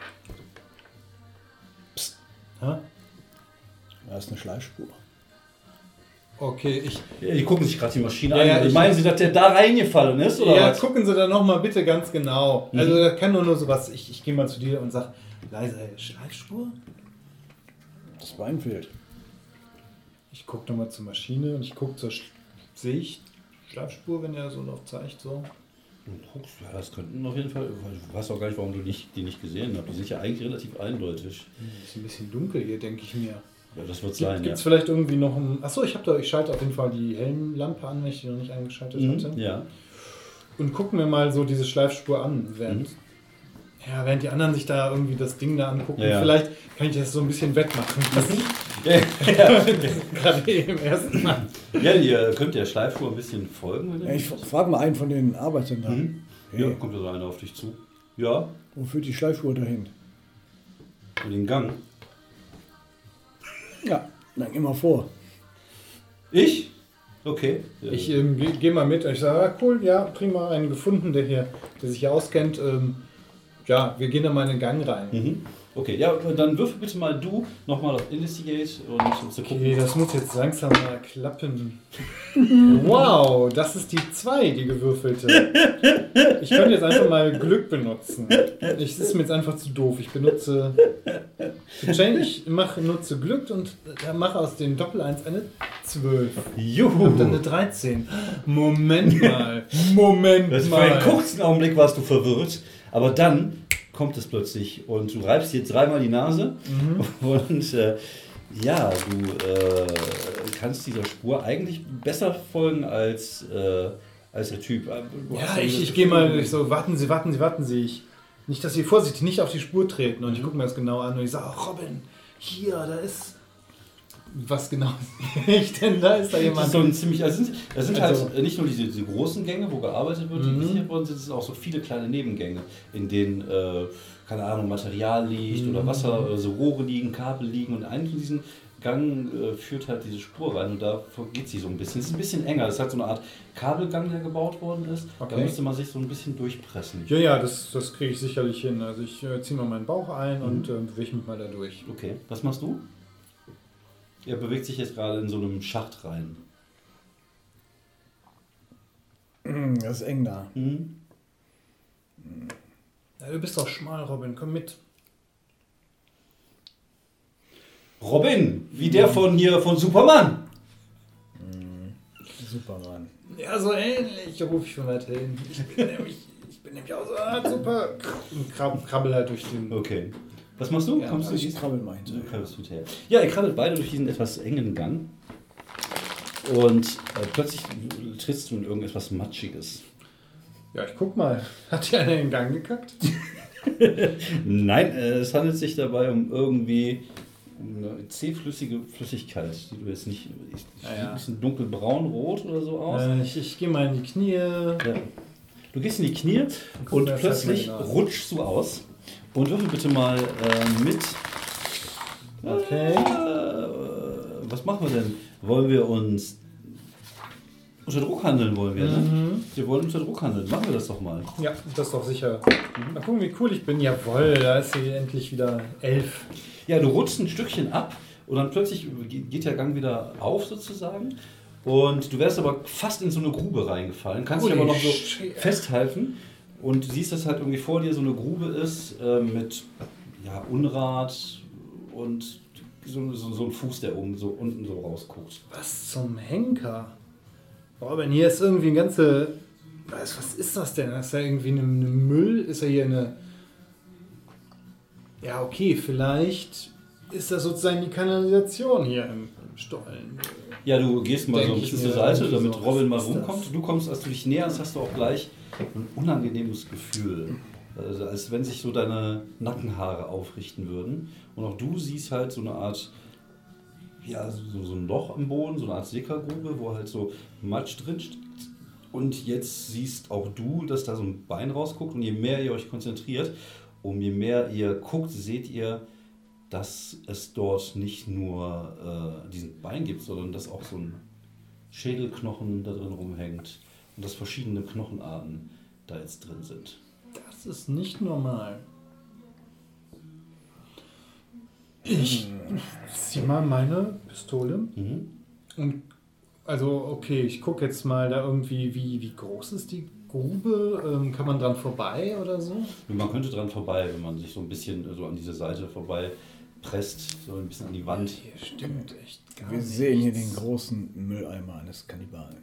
Psst. Ha? Da ist eine Schleifspur. Okay, ich... Ja, die gucken sich gerade die Maschine ja, an. Ja, Meinen Sie, dass der da reingefallen ist? Oder ja, was? Gucken Sie da nochmal bitte ganz genau. Mhm. Also das kann nur nur sowas. Ich, ich gehe mal zu dir und sag, leise, Schleifspur? Das Bein fehlt. Ich gucke nochmal zur Maschine und ich gucke zur... Sch- Sehe ich Schleifspur, wenn er so noch zeigt, so? Ja, das könnten auf jeden Fall... Ich weiß auch gar nicht, warum du nicht, die nicht gesehen hast. Die sind ja eigentlich relativ eindeutig. Ist ein bisschen dunkel hier, denke ich mir. Ja, das wird Gibt, sein, Gibt es ja. vielleicht irgendwie noch ein... Achso, ich, hab da, ich schalte auf jeden Fall die Helmlampe an, wenn ich die noch nicht eingeschaltet mhm, hatte. Ja. Und gucken mir mal so diese Schleifspur an, während... Mhm. Ja, während die anderen sich da irgendwie das Ding da angucken, ja, ja. Vielleicht kann ich das so ein bisschen wettmachen. ja, ja. Gerade im ersten Mal. Ja, ihr könnt der Schleifspur ein bisschen folgen. Wenn ja, ich frage mal einen von den Arbeitern da. Mhm. Hey. Ja, kommt da so einer auf dich zu. Ja. Wo führt die Schleifspur dahin? In den Gang. Ja, dann immer vor. Ich? Okay. Ich ähm, gehe geh mal mit. Ich sage, ah, cool, ja, prima, einen gefunden, der hier, der sich hier auskennt. Ähm, Ja, wir gehen dann mal in den Gang rein. Mhm. Okay, ja, dann würfel bitte mal du nochmal auf Investigate und um zu gucken. Okay, das muss jetzt langsam mal klappen. Wow, das ist die zwei, die gewürfelte. Ich könnte jetzt einfach mal Glück benutzen. Ich, das ist mir jetzt einfach zu doof. Ich benutze Change, ich mache, nutze Glück und mache aus dem Doppel eins eine zwölf. Juhu! Und dann eine dreizehn. Moment mal. Moment Das mal. für einen kurzen Augenblick warst du verwirrt, aber dann kommt es plötzlich und du reibst dir dreimal die Nase mhm. und äh, ja, du äh, kannst dieser Spur eigentlich besser folgen als, äh, als der Typ. Du ja, ich, ich gehe mal ich so, warten Sie, warten Sie, warten Sie. Ich, nicht, dass Sie vorsichtig nicht auf die Spur treten. Und mhm. ich gucke mir das genau an und ich sage, oh, Robin, hier, da ist... Was genau sehe ich denn? Da ist da jemand. Das ist so ein ziemlich, also sind, das sind also, halt nicht nur diese, diese großen Gänge, wo gearbeitet wird, die mhm. visiert worden sind, es sind auch so viele kleine Nebengänge, in denen, äh, keine Ahnung, Material liegt mhm. oder Wasser, äh, so Rohre liegen, Kabel liegen und einen von diesen Gang äh, führt halt diese Spur rein und da geht sie so ein bisschen. Es ist ein bisschen enger, das ist halt so eine Art Kabelgang, der gebaut worden ist. Okay. Da müsste man sich so ein bisschen durchpressen. Ja, ja, das, das kriege ich sicherlich hin. Also ich äh, ziehe mal meinen Bauch ein mhm. und äh, bewege mich mal da durch. Okay, was machst du? Er bewegt sich jetzt gerade in so einem Schacht rein. Das ist eng da. Mhm. Ja, du bist doch schmal, Robin, komm mit. Robin, wie der von hier, von Superman. Mhm. Superman. Ja, so ähnlich, rufe ich von weit hin. Ich bin nämlich, ich bin nämlich auch so ah, super. Und krab, krabbel halt durch den... Okay. Was machst du? Ja, Kommst du? ich krabbel mal hinterher. Du krabbelst hinterher. Ja, ihr krabbelt beide durch diesen etwas engen Gang. Und äh, plötzlich trittst du in irgendetwas Matschiges. Ja, ich guck mal. Hat hier einer in den Gang gekackt? Nein, äh, es handelt sich dabei um irgendwie eine zähflüssige Flüssigkeit, die du jetzt nicht... Ich, Ja, sieht ja. ein bisschen dunkelbraun-rot oder so aus. Äh, ich ich gehe mal in die Knie. Ja. Du gehst in die Knie guck und mir das plötzlich halt mal genau. rutschst du aus. Und würfel bitte mal äh, mit. Okay. Äh, was machen wir denn? Wollen wir uns unter Druck handeln, wollen wir, ne? Mhm. Wir wollen unter Druck handeln. Machen wir das doch mal. Ja, das ist doch sicher. Mal gucken, wie cool ich bin. Jawohl, da ist sie endlich wieder elf. Ja, du rutschst ein Stückchen ab und dann plötzlich geht der Gang wieder auf sozusagen. Und du wärst aber fast in so eine Grube reingefallen. Kannst dich aber noch so Shit. festhalten. Und du siehst, dass halt irgendwie vor dir so eine Grube ist äh, mit ja, Unrat und so, so, so ein Fuß, der oben so unten so rausguckt. Was zum Henker? Robin, hier ist irgendwie ein ganze... Was, was ist das denn? Ist da irgendwie eine, eine Müll? Ist da hier eine... Ja, okay, vielleicht ist das sozusagen die Kanalisation hier im, im Stollen. Ja, du gehst mal Denk so ein ich bisschen mir zur Seite, irgendwie damit so, Robin mal was ist rumkommt. das? Du kommst, als du dich näherst, hast du auch gleich ein unangenehmes Gefühl. Also, als wenn sich so deine Nackenhaare aufrichten würden. Und auch du siehst halt so eine Art, ja, so, so ein Loch am Boden, so eine Art Sickergrube, wo halt so Matsch drin steckt. Und jetzt siehst auch du, dass da so ein Bein rausguckt. Und je mehr ihr euch konzentriert, um je mehr ihr guckt, seht ihr, dass es dort nicht nur äh, diesen Bein gibt, sondern dass auch so ein Schädelknochen da drin rumhängt und dass verschiedene Knochenarten da jetzt drin sind. Das ist nicht normal. Ich zieh mal meine Pistole Mhm. und also okay, ich gucke jetzt mal da irgendwie, wie, wie groß ist die Grube? Ähm, kann man dran vorbei oder so? Und man könnte dran vorbei, wenn man sich so ein bisschen so an diese Seite vorbei presst, so ein bisschen an die Wand. Hier stimmt echt gar Wir nichts. sehen hier den großen Mülleimer eines Kannibalen.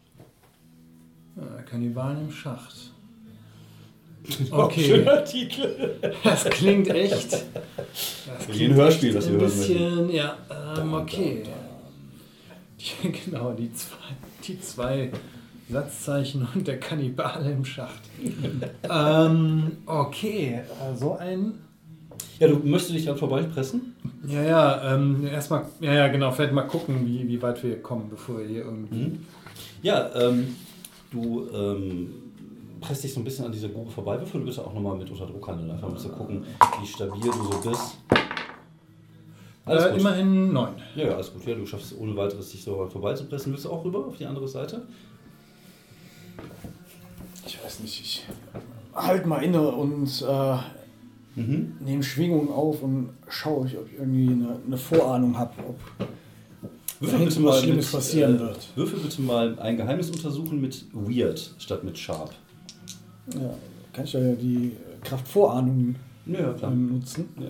Ja, Kannibalen im Schacht. Auch Okay, schöner Titel. das klingt echt. Das Wie ein Hörspiel, das wir ein hören bisschen, ja, ähm, okay. Die, genau, die zwei, die zwei Satzzeichen und der Kannibale im Schacht. ähm, okay, so ein. Ja, du möchtest dich dran vorbeipressen? Ja, ja, ähm, erstmal, ja, ja, genau, vielleicht mal gucken, wie, wie weit wir kommen, bevor wir hier irgendwie. Mhm. Ja, ähm, du ähm, presst dich so ein bisschen an dieser Grube vorbei. Würfel bitte auch nochmal mit unter Druck handeln, einfach um zu gucken, wie stabil du so bist. Alles Äh, gut. immerhin neun. Ja, ja, alles gut. Ja, du schaffst es ohne weiteres, dich so vorbeizupressen. Willst du auch rüber auf die andere Seite? Ich weiß nicht, ich halt mal inne und äh, Mhm. nehme Schwingungen auf und schaue, ob ich irgendwie eine, eine Vorahnung habe, ob Würfel dahinter bitte was mal Schlimmes mit, passieren äh, wird. Würfel bitte mal ein Geheimnis untersuchen mit Weird statt mit Sharp. Ja, kann ich ja die Kraftvorahnungen Ja, klar. ähm, nutzen. Ja.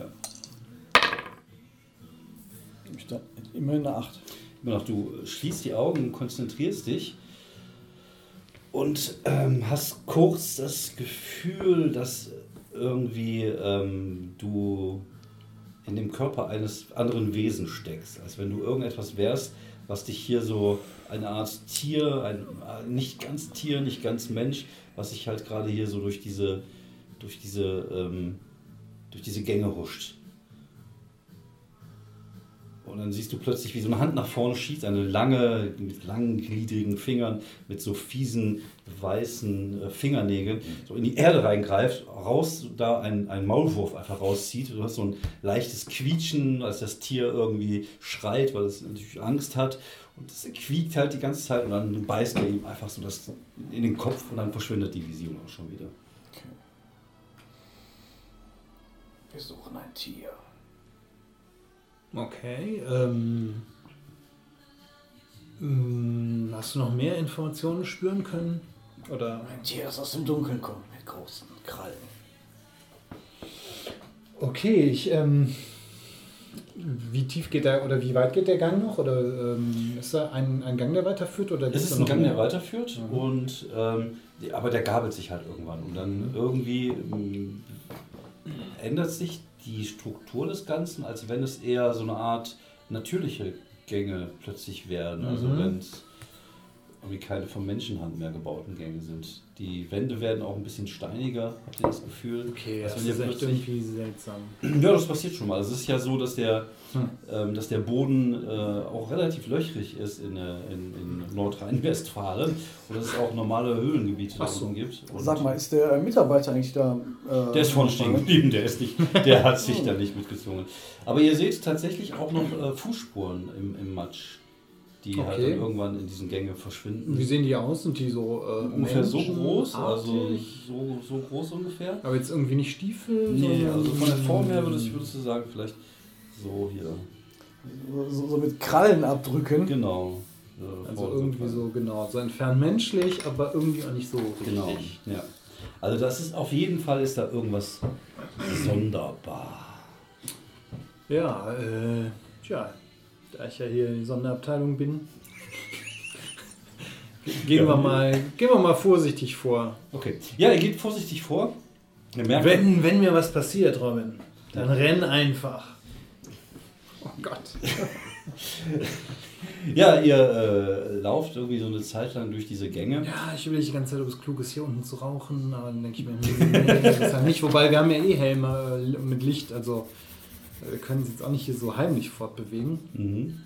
Ich da immerhin eine acht. Immer noch, du schließt die Augen, konzentrierst dich und ähm, hast kurz das Gefühl, dass irgendwie ähm, du in dem Körper eines anderen Wesens steckst, als wenn du irgendetwas wärst, was dich hier so eine Art Tier, ein nicht ganz Tier, nicht ganz Mensch, was sich halt gerade hier so durch diese durch diese ähm, durch diese Gänge huscht. Und dann siehst du plötzlich, wie so eine Hand nach vorne schießt, eine lange, mit langen, gliedrigen Fingern, mit so fiesen, weißen äh, Fingernägeln, so in die Erde reingreift, raus, da ein, ein Maulwurf einfach rauszieht. Du hast so ein leichtes Quietschen, als das Tier irgendwie schreit, weil es natürlich Angst hat. Und es quiekt halt die ganze Zeit und dann beißt er ihm einfach so das in den Kopf und dann verschwindet die Vision auch schon wieder. Okay. Wir suchen ein Tier. Okay. Ähm, ähm, hast du noch mehr Informationen spüren können? Oder? Ein Tier, das aus dem Dunkeln kommt, mit großen Krallen. Okay, ich. Ähm, wie tief geht der oder wie weit geht der Gang noch? Oder ähm, ist da ein, ein Gang, der weiterführt? Oder Es gibt's ist da ein noch Gang, mehr? der weiterführt, Mhm. und, ähm, die- aber der gabelt sich halt irgendwann. Und dann irgendwie ähm, ändert sich die Struktur des Ganzen, als wenn es eher so eine Art natürliche Gänge plötzlich werden. Also Mhm. wenn es irgendwie keine von Menschenhand mehr gebauten Gänge sind. Die Wände werden auch ein bisschen steiniger, habt ihr das Gefühl? Okay, Als das wenn ist ihr echt plötzlich- irgendwie seltsam. Ja, das passiert schon mal. Es ist ja so, dass der, Hm. ähm, dass der Boden äh, auch relativ löchrig ist in, äh, in, in Nordrhein-Westfalen und dass es auch normale Höhlengebiete Ach so. da unten gibt. Und Sag mal, ist der Mitarbeiter eigentlich da? Äh, der ist vorne stehen geblieben, der, ist nicht, der hat sich da nicht mitgezwungen. Aber ihr seht tatsächlich auch noch äh, Fußspuren im, im Matsch, die halt Okay. dann irgendwann in diesen Gängen verschwinden. Wie sehen die aus? Sind die so äh, Ungefähr so groß, also menschenartig? so, so groß ungefähr. Aber jetzt irgendwie nicht Stiefel? Nee, sondern- also von der Form her würdest, würdest du sagen, vielleicht so hier. So, so mit Krallenabdrücken. Genau. Äh, Also vor- irgendwie so, genau, so entfernt menschlich, aber irgendwie auch nicht so richtig. Genau. Ja. Also das ist auf jeden Fall ist da irgendwas sonderbar. Ja, äh, tja, da ich ja hier in die Sonderabteilung bin, gehen, Ja. wir mal, gehen wir mal vorsichtig vor. Okay. Ja, ihr geht vorsichtig vor. Ihr merkt, Wenn, wenn mir was passiert, Robin, dann renn einfach. Oh Gott. ja, ihr äh, lauft irgendwie so eine Zeit lang durch diese Gänge. Ja, ich überlege die ganze Zeit, ob es klug ist, hier unten zu rauchen, aber dann denke ich mir, hm, nee, das ist ja nicht. Wobei, wir haben ja eh Helme äh, mit Licht, also äh, wir können uns jetzt auch nicht hier so heimlich fortbewegen. Mhm.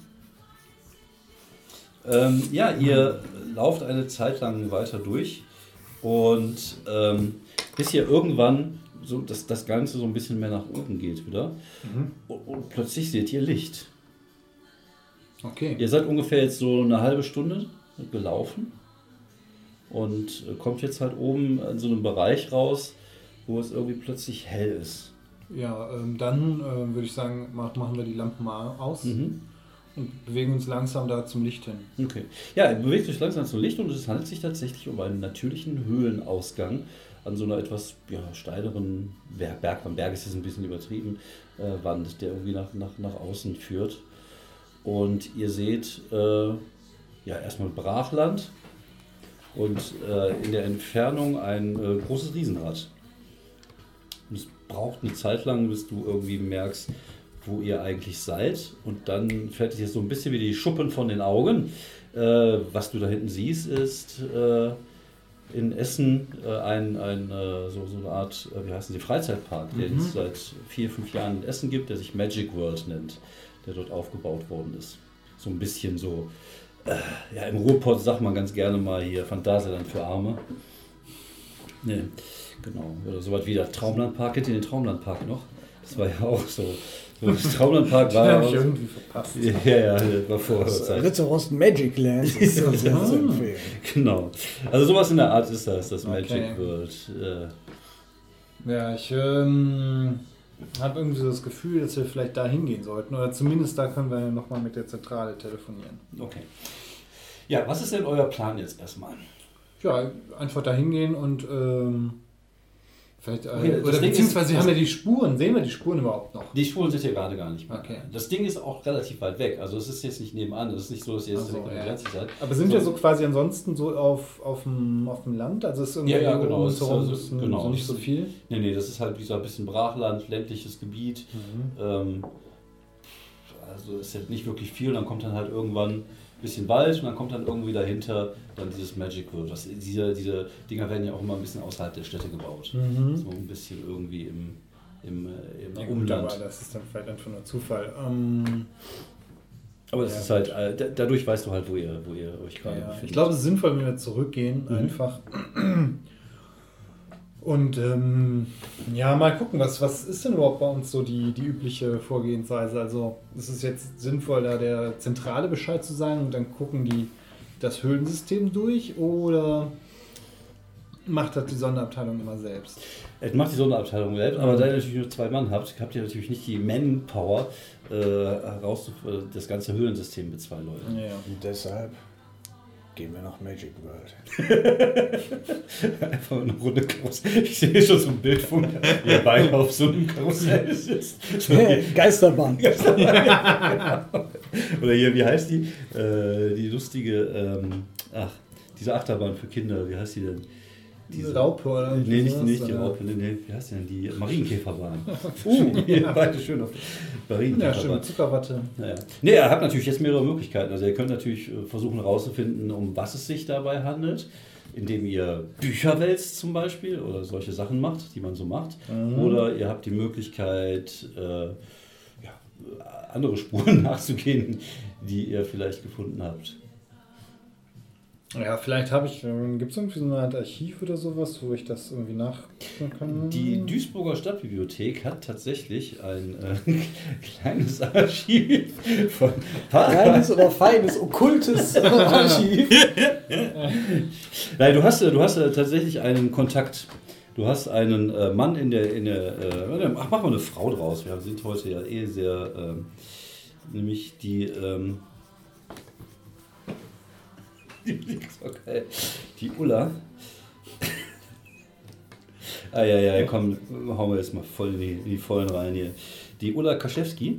Ähm, ja, ihr lauft eine Zeit lang weiter durch und ähm, bis ihr irgendwann so dass das Ganze so ein bisschen mehr nach oben geht wieder. Mhm. Und, und plötzlich seht ihr Licht. Okay. Ihr seid ungefähr jetzt so eine halbe Stunde gelaufen und kommt jetzt halt oben in so einem Bereich raus, wo es irgendwie plötzlich hell ist. Ja, ähm, dann äh, würde ich sagen, mach, machen wir die Lampen mal aus Mhm. und bewegen uns langsam da zum Licht hin. Okay. Ja, ihr bewegt euch langsam zum Licht und es handelt sich tatsächlich um einen natürlichen Höhlenausgang an so einer etwas ja, steileren Berg, Berg, am Berg ist es ein bisschen übertrieben, äh, Wand, der irgendwie nach, nach, nach außen führt. Und ihr seht äh, ja erstmal Brachland und äh, in der Entfernung ein äh, großes Riesenrad. Und es braucht eine Zeit lang, bis du irgendwie merkst, wo ihr eigentlich seid. Und dann fällt es dir so ein bisschen wie die Schuppen von den Augen. Äh, was du da hinten siehst, ist äh, in Essen äh, ein, ein, äh, so, so eine Art, äh, wie heißen sie, Freizeitpark, den es seit vier, fünf Jahren in Essen gibt, der sich Magic World nennt, der dort aufgebaut worden ist. So ein bisschen so, äh, ja, im Ruhrpott sagt man ganz gerne mal hier Phantasialand für Arme. Nee, genau. Oder so was wie der Traumlandpark. Kennt ihr den Traumlandpark noch? Das war ja auch so. so das Traumlandpark war Den ja hab ich auch, irgendwie verpasst. ja, ja, das war vor Das Zeit. Ritterrost Magic Land ist sehr, sehr zu empfehlen. Genau. Also sowas in der Art ist das, das Okay. Magic World. Äh, Ja, ich ähm, habe irgendwie so das Gefühl, dass wir vielleicht da hingehen sollten. Oder zumindest da können wir nochmal mit der Zentrale telefonieren. Okay. Ja, was ist denn euer Plan jetzt erstmal? Ja, einfach da hingehen und ähm, vielleicht, äh, Okay, das oder Ding beziehungsweise ist- wir haben ja die Spuren. Sehen wir die Spuren überhaupt noch? Die Spuren sind hier gerade gar nicht mehr. Okay. Das Ding ist auch relativ weit weg. Also es ist jetzt nicht nebenan. Es ist nicht so, dass ihr jetzt Ach so, direkt an der ja. Grenze seid. Aber sind wir so quasi ansonsten so auf, auf, dem, auf dem Land? Also ist irgendwie Ja, ja, genau. um Es uns ist herum also- ist so genau. nicht so viel? Nee, nee, das ist halt wie so ein bisschen Brachland, ländliches Gebiet. Mhm. Ähm, also ist jetzt nicht wirklich viel. Dann kommt dann halt irgendwann ein bisschen Wald und dann kommt dann irgendwie dahinter dann dieses Magic World. Das, diese, diese Dinger werden ja auch immer ein bisschen außerhalb der Städte gebaut. Mhm. So ein bisschen irgendwie im, im, äh, im Ja, gut, Umland. aber das ist dann vielleicht einfach nur Zufall. Ähm, Aber das Ja. ist halt, äh, da- dadurch weißt du halt, wo ihr, wo ihr euch gerade ja, befindet. ich glaube, es ist sinnvoll, wenn wir zurückgehen, Mhm. einfach. Und ähm, ja, mal gucken, was, was ist denn überhaupt bei uns so die, die übliche Vorgehensweise? Also ist es jetzt sinnvoll, da der Zentrale Bescheid zu sagen und dann gucken die das Höhlensystem durch oder macht das die Sonderabteilung immer selbst? Es macht die Sonderabteilung selbst, aber da ihr natürlich nur zwei Mann habt, habt ihr natürlich nicht die Manpower, äh, heraus das ganze Höhlensystem mit zwei Leuten. Ja. Und deshalb gehen wir nach Magic World. Einfach eine Runde Karussell. Ich sehe schon so ein Bild von mir, wie ihr beide auf so einem Karussell sitzt. So, Geisterbahn. oder hier, wie heißt die? Äh, die lustige, ähm, ach, diese Achterbahn für Kinder, wie heißt die denn? Diese Raupe oder Nee, nicht, sowas, nicht die oder? Raupe, nee, nee, wie heißt die denn? Die Marienkäferbahn. Uh, ja. Beide schön auf Ja, Marienkäferbahn. stimmt, Zuckerwatte. Naja. Nee, ihr habt natürlich jetzt mehrere Möglichkeiten. Also ihr könnt natürlich äh, versuchen herauszufinden, um was es sich dabei handelt, indem ihr Bücher wälzt zum Beispiel oder solche Sachen macht, die man so macht. Mhm. Oder ihr habt die Möglichkeit, äh, ja, andere Spuren nachzugehen, die ihr vielleicht gefunden habt. Ja, vielleicht habe ich, gibt es irgendwie so eine Art Archiv oder sowas, wo ich das irgendwie nachgucken kann? Die Duisburger Stadtbibliothek hat tatsächlich ein äh, kleines Archiv von Kleines oder feines, okkultes Archiv. Nein, du hast, du hast tatsächlich einen Kontakt. Du hast einen äh, Mann in der, in der äh, ach, mach mal eine Frau draus. Wir sind heute ja eh sehr, ähm, nämlich die, ähm, die, okay, die Ulla. Ah ja, ja, komm, hauen wir jetzt mal voll in die, in die Vollen rein hier. Die Ulla Kaschewski.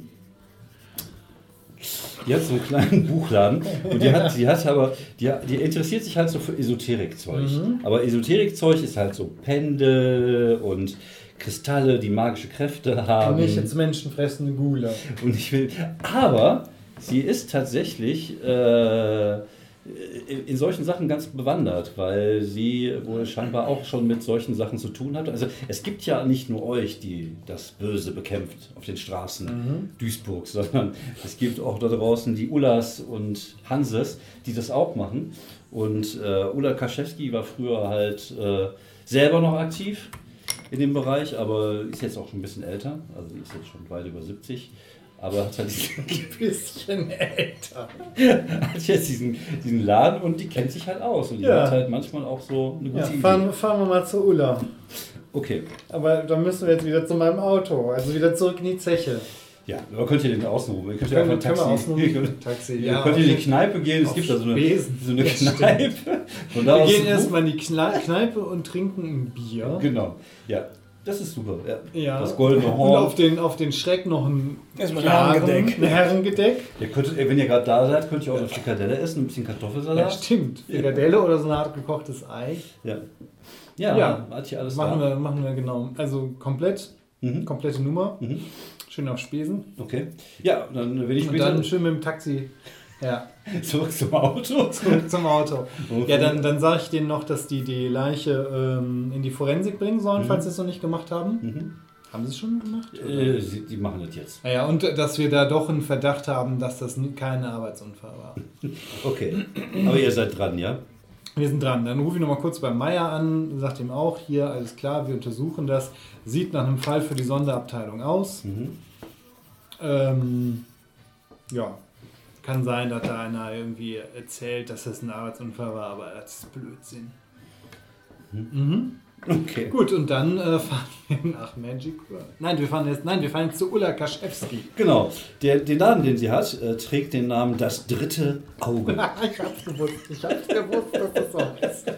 Die hat so einen kleinen Buchladen und die hat, die hat aber, die, die interessiert sich halt so für Esoterikzeug. Mhm. Aber Esoterikzeug ist halt so Pendel und Kristalle, die magische Kräfte haben. Und nicht jetzt menschenfressende Gule. Und ich will, aber sie ist tatsächlich äh, in, in solchen Sachen ganz bewandert, weil sie wohl scheinbar auch schon mit solchen Sachen zu tun hat. Also es gibt ja nicht nur euch, die das Böse bekämpft auf den Straßen Mhm. Duisburgs, sondern es gibt auch da draußen die Ullas und Hanses, die das auch machen. Und äh, Ulla Kaschewski war früher halt äh, selber noch aktiv in dem Bereich, aber ist jetzt auch schon ein bisschen älter, also die ist jetzt schon weit über siebzig, aber hat halt diesen, Ein bisschen älter. hat jetzt diesen, diesen Laden und die kennt sich halt aus und die Ja. hat halt manchmal auch so eine gute Ja, Idee. fahren, fahren wir mal zur Ulla. Okay, Aber dann müssen wir jetzt wieder zu meinem Auto, also wieder zurück in die Zeche. ja, aber könnt ihr den außenrum, ihr könnt ja Können, einfach können wir Taxi, ausnutzen? ihr könnt, Taxi, ihr könnt in die Kneipe gehen, es Auf gibt da so eine, Spesen. so eine Das stimmt. Kneipe. Von da Wir aus gehen ein erstmal in die Kna- Kneipe und trinken ein Bier. Genau, ja, das ist super. Ja. Ja. Das goldene Und Horn. auf den, auf den Schreck noch ein Erstmal ein Herren- Herrengedeck. ein Herrengedeck. Ihr könnt, wenn ihr gerade da seid, könnt ihr auch eine Frikadelle essen, ein bisschen Ja, Kartoffelsalat. stimmt. Frikadelle oder so eine Art gekochtes Ei. Ja, ja, Ja. hat hier alles Machen da. wir, machen wir genau. Also komplett, Mhm. komplette Nummer. Mhm. Schön auf Spesen. Okay. Ja, dann wenn ich Und später dann schön mit dem Taxi. Ja, zurück zum Auto. zurück zum Auto. Ja, dann, dann sage ich denen noch, dass die die Leiche ähm, in die Forensik bringen sollen, Mhm. falls sie es noch nicht gemacht haben. Mhm. Haben sie es schon gemacht? Äh, sie, die machen das jetzt. Naja, und äh, dass wir da doch einen Verdacht haben, dass das n- kein Arbeitsunfall war. Okay. Aber ihr seid dran, ja? Wir sind dran. Dann rufe ich nochmal kurz beim Meier an, sagt ihm auch, hier, alles klar, wir untersuchen das. Sieht nach einem Fall für die Sonderabteilung aus. Mhm. Ähm, ja, kann sein, dass da einer irgendwie erzählt, dass das ein Arbeitsunfall war, aber das ist Blödsinn. Mhm. Okay. Gut, und dann äh, fahren wir nach Magic World. Nein, wir fahren jetzt, nein, wir fahren jetzt zu Ulla Kaschewski. Genau. Der, den Laden, den sie hat, äh, trägt den Namen Das dritte Auge. Ich hab's gewusst, ich hab's gewusst, dass das so ist.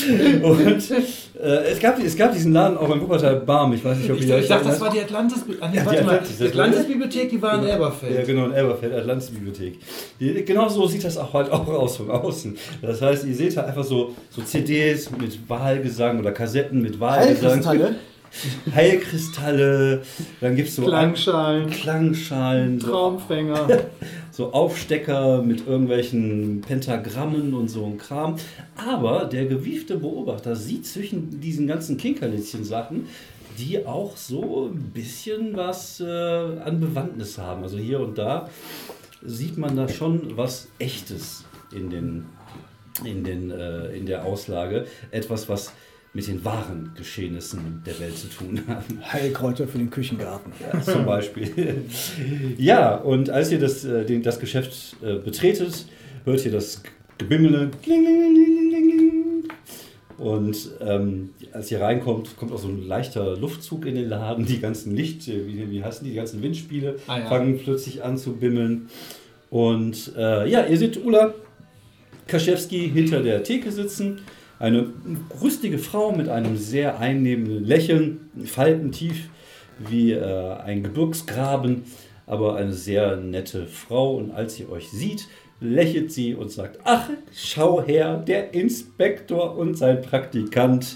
Und äh, es, gab, es gab diesen Laden auch in Wuppertal Barm. Ich weiß nicht, ob Ich, ihr ich euch dachte, das erinnert. war die Atlantis-Bibliothek. Ah, nee, Ja, warte die mal, Atlantis- die Atlantis-Bibliothek, die war in Elberfeld. Ja, genau, in Elberfeld, Atlantis-Bibliothek. Die- Genau so sieht das auch halt auch aus von außen. Das heißt, ihr seht halt einfach so, so C Ds mit Wahlgesang oder Kassetten mit Wahlgesang. Heilkristalle. Heilkristalle, dann gibt es so Klangschalen, Klangschalen, so, Traumfänger. so Aufstecker mit irgendwelchen Pentagrammen und so ein Kram. Aber der gewiefte Beobachter sieht zwischen diesen ganzen Kinkerlitzchen-Sachen, die auch so ein bisschen was äh, an Bewandtnis haben. Also hier und da sieht man da schon was Echtes in, den, in, den, äh, in der Auslage. Etwas, was mit den wahren Geschehnissen der Welt zu tun haben. Heilkräuter für den Küchengarten. Ja, zum Beispiel. Ja, und als ihr das, äh, den, das Geschäft äh, betretet, hört ihr das Gebimmele. Kling, kling, kling, kling, kling. Und ähm, als ihr reinkommt, kommt auch so ein leichter Luftzug in den Laden. Die ganzen Licht, äh, wie, wie heißen die, die ganzen Windspiele Ah, ja. fangen plötzlich an zu bimmeln. Und äh, ja, ihr seht Ulla Kaschewski hinter der Theke sitzen. Eine rüstige Frau mit einem sehr einnehmenden Lächeln, faltentief wie äh, ein Gebirgsgraben, aber eine sehr nette Frau. Und als sie euch sieht, lächelt sie und sagt, ach, schau her, der Inspektor und sein Praktikant.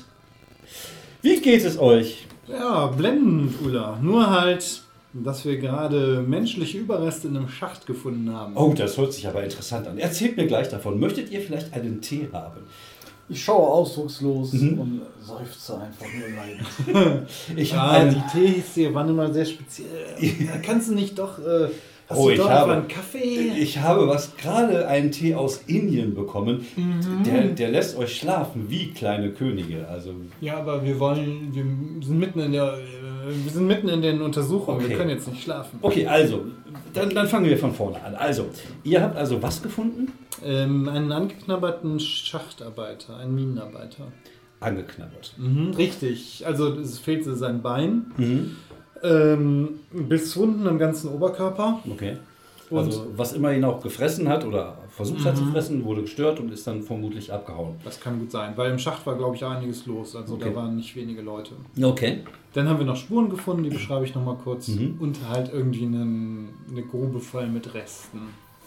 Wie geht es euch? Ja, blendend, Ulla. Nur halt, dass wir gerade menschliche Überreste in einem Schacht gefunden haben. Oh, das hört sich aber interessant an. Erzählt mir gleich davon. Möchtet ihr vielleicht einen Tee haben? Ich schaue ausdruckslos Mhm. und seufze einfach nur leidend. Ich Ah, habe die einen... Tees hier waren immer sehr speziell. Ja, kannst du nicht doch... Äh, hast Oh, du ich doch habe- einfach einen Kaffee? Ich habe was gerade einen Tee aus Indien bekommen. Mhm. Der, der lässt euch schlafen wie kleine Könige. Also Ja, aber wir wollen... Wir sind mitten in der... äh, Wir sind mitten in den Untersuchungen. Okay. Wir können jetzt nicht schlafen. okay, also dann, dann fangen wir von vorne an. Also ihr habt also was gefunden? Ähm, einen angeknabberten Schachtarbeiter, einen Minenarbeiter. Angeknabbert. Mhm, richtig. Also es fehlte sein Bein. Mhm. Ähm, Bisswunden am ganzen Oberkörper. Okay. Und Also was immer ihn auch gefressen hat oder versucht hat zu fressen, wurde gestört und ist dann vermutlich abgehauen. das kann gut sein, weil im Schacht war, glaube ich, einiges los. Also Okay. da waren nicht wenige Leute. Okay. Dann haben wir noch Spuren gefunden, die beschreibe ich nochmal kurz. Mhm. Und halt irgendwie einen, eine Grube voll mit Resten.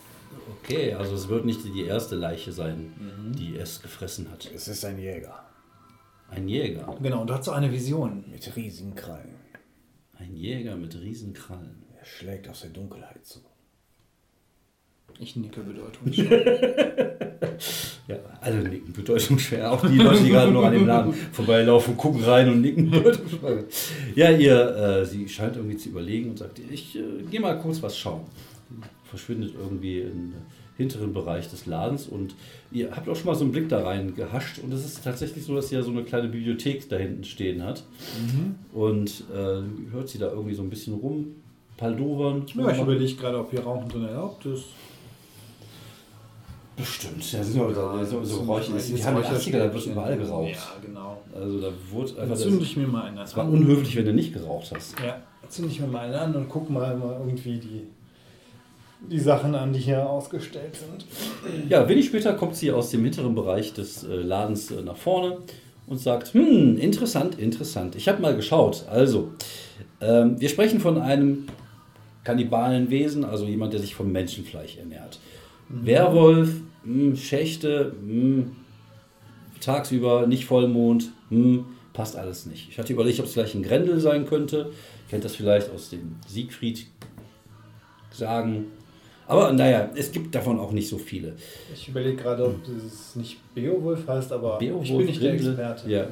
Okay, also es wird nicht die erste Leiche sein, die es gefressen hat. Es ist ein Jäger Ein Jäger. Genau, und da hat so eine Vision. mit riesigen Krallen. Ein Jäger mit Riesenkrallen. Er schlägt aus der Dunkelheit zu. Ich nicke bedeutungsschwer. Ja, alle nicken bedeutungsschwer. Auch die Leute, die gerade noch an dem Laden vorbeilaufen, gucken rein und nicken bedeutungsschwer. Ja, ihr, äh, sie scheint irgendwie zu überlegen und sagt, ich äh, gehe mal kurz was schauen. Verschwindet irgendwie im hinteren Bereich des Ladens und ihr habt auch schon mal so einen Blick da rein gehascht und es ist tatsächlich so, dass sie ja so eine kleine Bibliothek da hinten stehen hat und äh, hört sie da irgendwie so ein bisschen rum, paldovern. Ja, ich überlege gerade, ob hier Rauchen drin erlaubt ist. Bestimmt, ja, sind so, so, so Räucher, Jetzt die haben die achtziger, da wird Räucherstäbchen. überall geraucht. Ja, genau. Also da wurde Dann einfach zünde das, ich mir mal eine das war an. unhöflich, wenn du nicht geraucht hast. Ja, zünde ich mir mal eine an und guck mal, mal irgendwie die, die Sachen an, die hier ausgestellt sind. Ja, wenig später kommt sie aus dem hinteren Bereich des äh, Ladens äh, nach vorne und sagt, hm, interessant, interessant. Ich habe mal geschaut. Also, ähm, wir sprechen von einem kannibalen Wesen, also jemand, der sich vom Menschenfleisch ernährt. Werwolf, mh, Schächte, mh, tagsüber nicht Vollmond, mh, passt alles nicht. Ich hatte überlegt, ob es vielleicht ein Grendel sein könnte. Kennt das vielleicht aus dem Siegfried sagen. Aber naja, es gibt davon auch nicht so viele. Ich überlege gerade, ob das nicht Beowulf heißt, aber Beowulf, ich bin nicht der Grendel, Experte. Ja.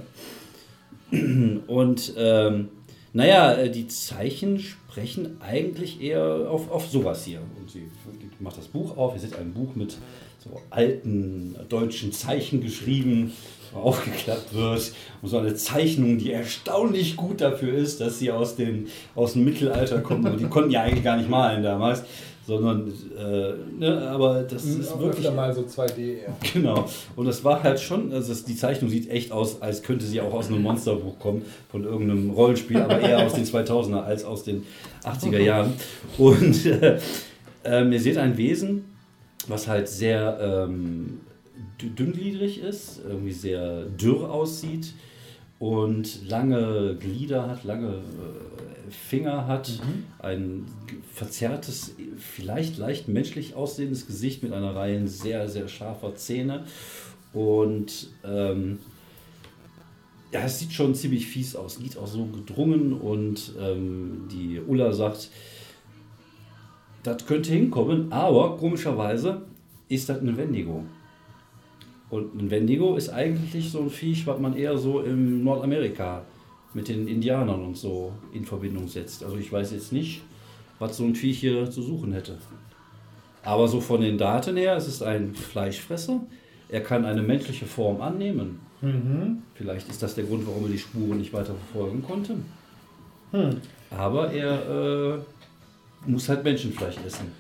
Und ähm, naja, die Zeichen sprechen eigentlich eher auf, auf sowas hier. Und sie macht das Buch auf. Ihr seht ein Buch mit so alten deutschen Zeichen geschrieben. aufgeklappt wird und so eine Zeichnung, die erstaunlich gut dafür ist, dass sie aus, den, aus dem Mittelalter kommt. Und die konnten ja eigentlich gar nicht malen damals, sondern, äh, ne, aber das Mhm, ist auch wirklich... öfter mal so zwei D eher. Genau, und das war halt schon, also das, die Zeichnung sieht echt aus, als könnte sie auch aus einem Monsterbuch kommen, von irgendeinem Rollenspiel, aber eher aus den zweitausender als aus den achtziger Jahren. Und äh, ähm, ihr seht ein Wesen, was halt sehr ähm, dü- dünngliedrig ist, irgendwie sehr dürr aussieht und lange Glieder hat, lange äh, Finger hat, Mhm. ein verzerrtes, vielleicht leicht menschlich aussehendes Gesicht mit einer Reihe sehr, sehr scharfer Zähne und ähm, ja, es sieht schon ziemlich fies aus, sieht auch so gedrungen und ähm, die Ulla sagt, das könnte hinkommen, aber komischerweise ist das ein Wendigo. Und ein Wendigo ist eigentlich so ein Viech, was man eher so in Nordamerika mit den Indianern und so in Verbindung setzt. Also ich weiß jetzt nicht, was so ein Viech hier zu suchen hätte. Aber so von den Daten her, es ist ein Fleischfresser. Er kann eine menschliche Form annehmen. Mhm. Vielleicht ist das der Grund, warum er die Spuren nicht weiter verfolgen konnte. Hm. Aber er äh, muss halt Menschenfleisch essen.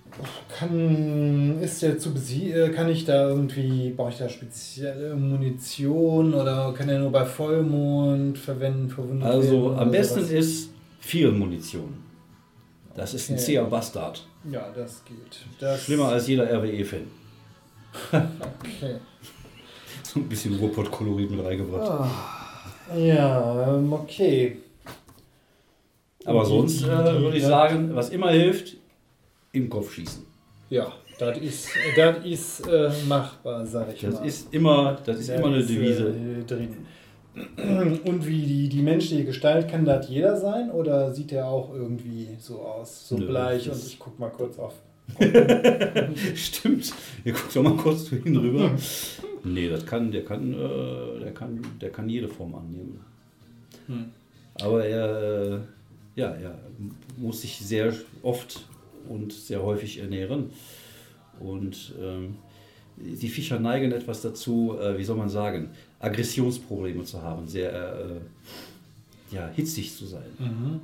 Kann, ist der zu besie äh, kann ich da irgendwie, brauche ich da spezielle Munition oder kann er nur bei Vollmond verwenden, verwundet werden Also oder am besten sowas? ist viel Munition. Das ist ein Okay. zäher Bastard. Ja, das geht. Das, Schlimmer als jeder R W E-Fan. Okay. So ein bisschen Ruhrpott-Kolorit mit reingebracht. Ah, ja, ähm, okay. Aber die- sonst die- äh, die- würde ich ja. sagen, was immer hilft, im Kopf schießen. Ja, das ist, das ist äh, machbar, sag ich Das mal. ist immer, das ist Da immer eine ist, Devise. Äh, drin. Und wie die, die menschliche Gestalt, kann das jeder sein oder sieht der auch irgendwie so aus? So Nö, bleich das- und ich guck mal kurz auf. Stimmt. Ihr guckt doch mal kurz zu ihm rüber. Nee, das kann, der kann, äh, der kann, der kann jede Form annehmen. Hm. Aber er, äh, ja, er muss sich sehr oft und sehr häufig ernähren. Und ähm, die Viecher neigen etwas dazu, äh, wie soll man sagen, Aggressionsprobleme zu haben, sehr äh, ja, hitzig zu sein. Mhm.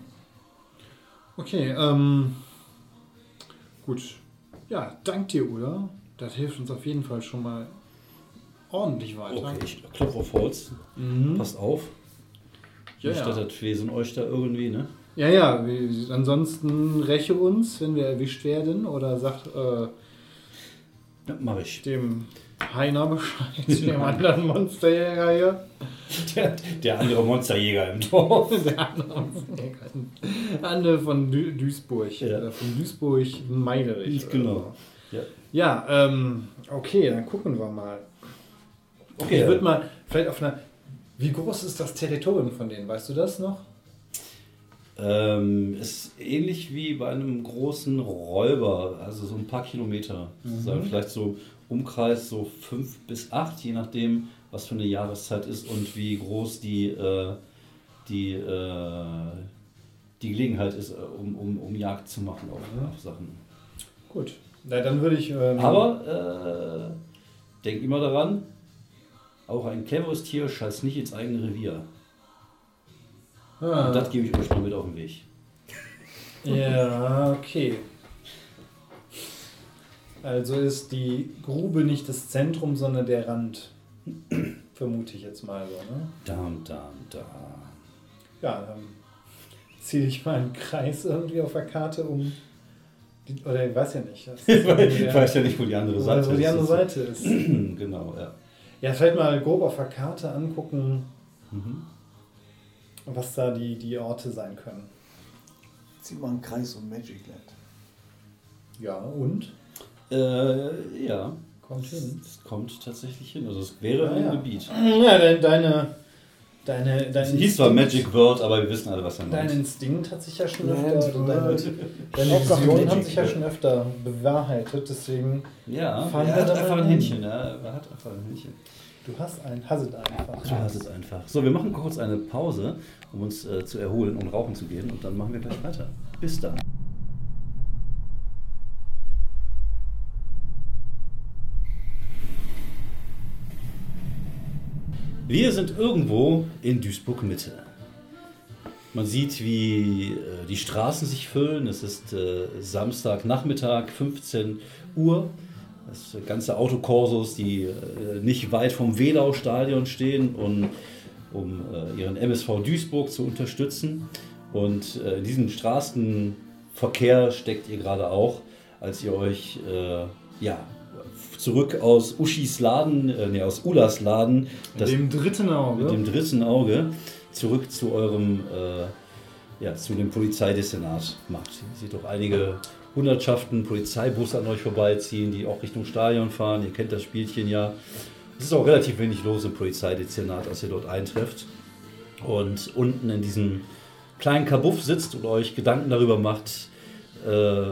Okay, ähm. Gut. Ja, dank dir, Ulla. Das hilft uns auf jeden Fall schon mal ordentlich weiter. Okay, ich klopfe auf Holz. Mhm. Passt auf. Ja, Nicht, ja. dass das Wesen euch da irgendwie, ne? Ja, ja, wir, ansonsten räche uns, wenn wir erwischt werden oder sagt äh, Ja, mach ich. dem Heiner Bescheid, dem anderen Monsterjäger hier. Der, der andere Monsterjäger im Dorf. Der andere Monsterjäger. Andere von Dü Duisburg. Ja. Äh, von Duisburg Meiderich. oder Genau. so. Ja. Ja, ähm, okay, dann gucken wir mal. Okay, Ich würde mal vielleicht auf einer. Wie groß ist das Territorium von denen? Weißt du das noch? Ähm, ist ähnlich wie bei einem großen Räuber, also so ein paar Kilometer. Mhm. Sagen vielleicht so Umkreis so fünf bis acht, je nachdem, was für eine Jahreszeit ist und wie groß die, äh, die, äh, die Gelegenheit ist, äh, um, um, um Jagd zu machen auf, Mhm. auf Sachen. Gut. Na, dann würde ich. Ähm, Aber äh, denk immer daran, auch ein cleveres Tier scheißt nicht ins eigene Revier. ah, Und das gebe ich euch mal mit auf den Weg. Ja, okay. Also ist die Grube nicht das Zentrum, sondern der Rand. Vermute ich jetzt mal so, ne? Dam, dam, da. Ja, dann ziehe ich mal einen Kreis irgendwie auf der Karte um. Die, oder ich weiß ja nicht. Das ist Ich der- weiß ja nicht, wo die andere Seite wo die ist. andere Seite ist. Genau, ja. Ja, vielleicht mal grob auf der Karte angucken, Mhm. was da die, die Orte sein können. Zieh mal einen Kreis um Magic Land. Ja, und? Äh, ja, Kommt hin. es kommt tatsächlich hin. Also es wäre Ah, ein ja. Gebiet. Ja, deine, deine, deine, Es dein hieß zwar Instinkt- Magic World, aber wir wissen alle, was er Dein meint. Instinkt hat sich ja schon Ja, öfter, das deine, wird- deine Hauptsache Visionen Magic. haben sich ja schon öfter bewahrheitet, deswegen Ja, Fahren er wir hat da einfach mal ein hin. Händchen. Ja, er hat einfach ein Händchen. du hast ein, hast es einfach. Du hast es einfach. So, wir machen kurz eine Pause, um uns äh, zu erholen und rauchen zu gehen. Und dann machen wir gleich weiter. Bis dann. Wir sind irgendwo in Duisburg-Mitte. Man sieht, wie äh, die Straßen sich füllen. Es ist äh, Samstagnachmittag, fünfzehn Uhr. Das ganze Autokorsos, die äh, nicht weit vom Wedau-Stadion stehen, und, um äh, ihren M S V Duisburg zu unterstützen. Und äh, in diesem Straßenverkehr steckt ihr gerade auch, als ihr euch äh, ja, zurück aus Uschis Laden, äh, nee, aus Ulas Laden, mit dem dritten Auge, mit dem dritten Auge zurück zu eurem, äh, ja, zu dem Polizeidezernat macht. Ihr seht doch einige Hundertschaften Polizeibusse an euch vorbeiziehen, die auch Richtung Stadion fahren. Ihr kennt das Spielchen ja. Es ist auch relativ wenig los im Polizeidezernat, als ihr dort eintrefft. Und unten in diesem kleinen Kabuff sitzt und euch Gedanken darüber macht, äh,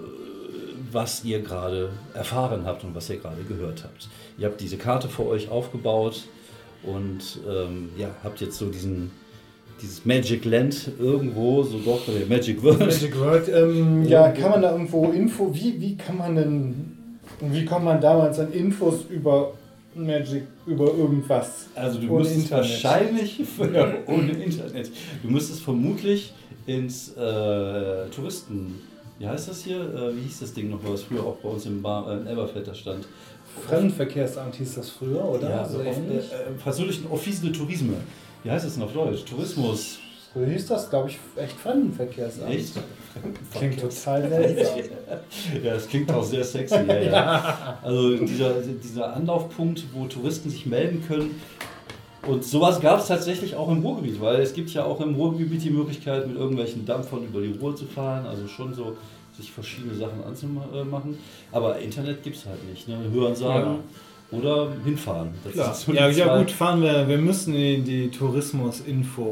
was ihr gerade erfahren habt und was ihr gerade gehört habt. Ihr habt diese Karte vor euch aufgebaut und ähm, ja, habt jetzt so diesen, dieses Magic Land irgendwo, so doch, der Magic World. Magic World, ähm, ja, kann man da irgendwo Info, wie, wie kann man denn, wie kommt man damals an Infos über Magic, über irgendwas? Also du ohne müsstest Internet. wahrscheinlich, ja, ohne Internet, du müsstest vermutlich ins äh, Touristen, wie heißt das hier, äh, wie hieß das Ding noch, was früher auch bei uns im Bar, äh, in Elberfeld da stand? Fremdenverkehrsamt hieß das früher, oder? Ja, so auf, äh, äh, französischen Office de Tourisme. Wie heißt das denn auf Deutsch? Tourismus. So hieß das, glaube ich, echt Fremdenverkehrsamt. Echt? Klingt total seltsam. Ja, das klingt auch sehr sexy. Ja, ja. Also dieser, dieser Anlaufpunkt, wo Touristen sich melden können. Und sowas gab es tatsächlich auch im Ruhrgebiet, weil es gibt ja auch im Ruhrgebiet die Möglichkeit, mit irgendwelchen Dampfern über die Ruhr zu fahren. Also schon so sich verschiedene Sachen anzumachen. Aber Internet gibt es halt nicht. Ne? Hören sagen ja. Oder hinfahren. Das Klar. ist so ja, die ja zwei. gut, fahren wir. Wir müssen in die Tourismus-Info.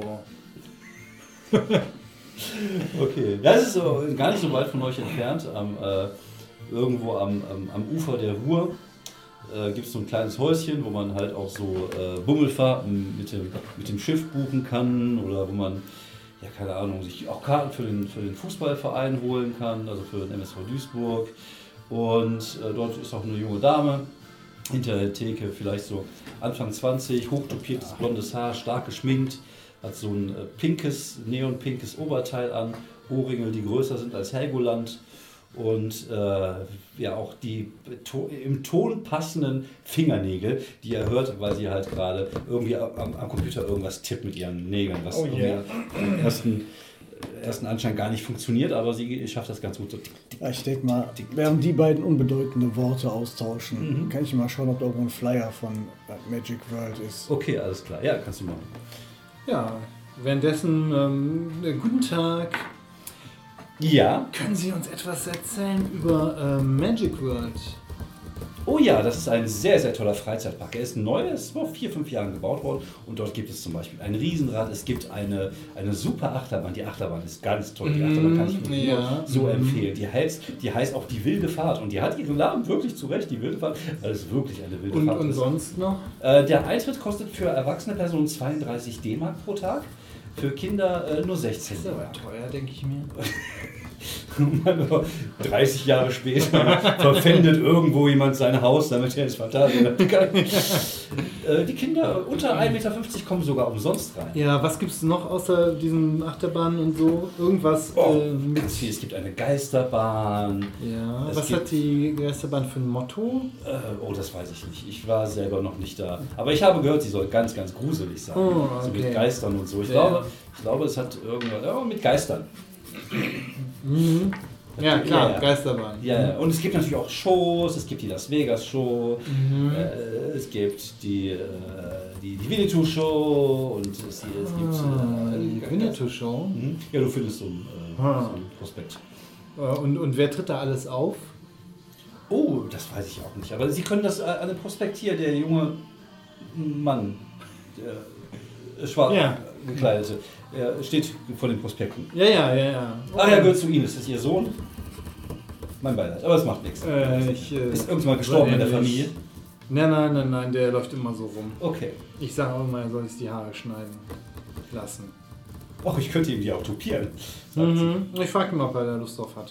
Okay. Ja, es ist so, gar nicht so weit von euch entfernt. Am, äh, irgendwo am, am, am Ufer der Ruhr äh, gibt es so ein kleines Häuschen, wo man halt auch so äh, Bummelfahrten mit dem, mit dem Schiff buchen kann oder wo man, ja keine Ahnung, sich auch Karten für den, für den Fußballverein holen kann, also für den M S V Duisburg. Und äh, dort ist auch eine junge Dame hinter der Theke, vielleicht so Anfang zwanzig, hochtopiertes blondes Haar, stark geschminkt, hat so ein äh, pinkes, neonpinkes Oberteil an, Ohrringe, die größer sind als Helgoland und äh, ja auch die to- im Ton passenden Fingernägel, die ihr hört, weil sie halt gerade irgendwie am, am Computer irgendwas tippt mit ihren Nägeln, was oh yeah. im ersten, ersten Anschein gar nicht funktioniert, aber sie schafft das ganz gut. So. Ja, ich denke mal, während die beiden unbedeutende Worte austauschen, mhm. kann ich mal schauen, ob da irgendwo ein Flyer von Magic World ist. Okay, alles klar. Ja, kannst du machen. Ja, währenddessen, ähm, äh, guten Tag. Ja. Können Sie uns etwas erzählen über äh, Magic World? Oh ja, das ist ein sehr, sehr toller Freizeitpark. Er ist neu, er ist vor vier, fünf Jahren gebaut worden und dort gibt es zum Beispiel ein Riesenrad, es gibt eine, eine super Achterbahn. Die Achterbahn ist ganz toll, die Achterbahn kann ich mir ja. nur so empfehlen. Die heißt, die heißt auch die wilde Fahrt und die hat ihren Namen wirklich zurecht, die wilde Fahrt, weil es wirklich eine wilde und, Fahrt und ist. Und sonst noch? Äh, der Eintritt kostet für erwachsene Personen zweiunddreißig D-Mark pro Tag, für Kinder äh, nur sechzehn D-Mark. Das ist aber teuer, denke ich mir. dreißig Jahre später verpfändet irgendwo jemand sein Haus, damit er ins Phantasialand kann. äh, die Kinder unter ein Meter fünfzig kommen sogar umsonst rein. Ja, was gibt es noch außer diesen Achterbahnen und so? Irgendwas oh, äh, mit... Ganz viel. Es gibt eine Geisterbahn. Ja, es was gibt, hat die Geisterbahn für ein Motto? Äh, oh, das weiß ich nicht. Ich war selber noch nicht da. Aber ich habe gehört, sie soll ganz, ganz gruselig sein. Oh, okay. So mit Geistern und so. Ich, ja. glaube, ich glaube, es hat irgendwas... Ja, mit Geistern. Mhm. Ja, klar, ja, ja. Geisterbahn. Ja, ja, und es gibt natürlich auch Shows, es gibt die Las Vegas Show, mhm. äh, es gibt die, äh, die, die Winnetou Show und es, es gibt ah, äh, die Winnetou Show. Mhm. Ja, du findest so ein, äh, ah. so ein Prospekt. Und, und wer tritt da alles auf? Oh, das weiß ich auch nicht, aber Sie können das an dem Prospekt hier, der junge Mann, der schwarz ja. gekleidete, er steht vor den Prospekten. Ja, ja, ja, ja. Ach, er gehört zu Ihnen, ist das Ihr Sohn? Mein Beileid, aber es macht nichts. Äh, ich, äh, ist irgendwann gestorben in der Familie? Nein, nein, nein, nein, der läuft immer so rum. Okay. Ich sage auch immer, er soll sich die Haare schneiden lassen. Och, ich könnte ihm die auch tupieren. Mhm. Ich frage ihn mal, ob er da Lust drauf hat.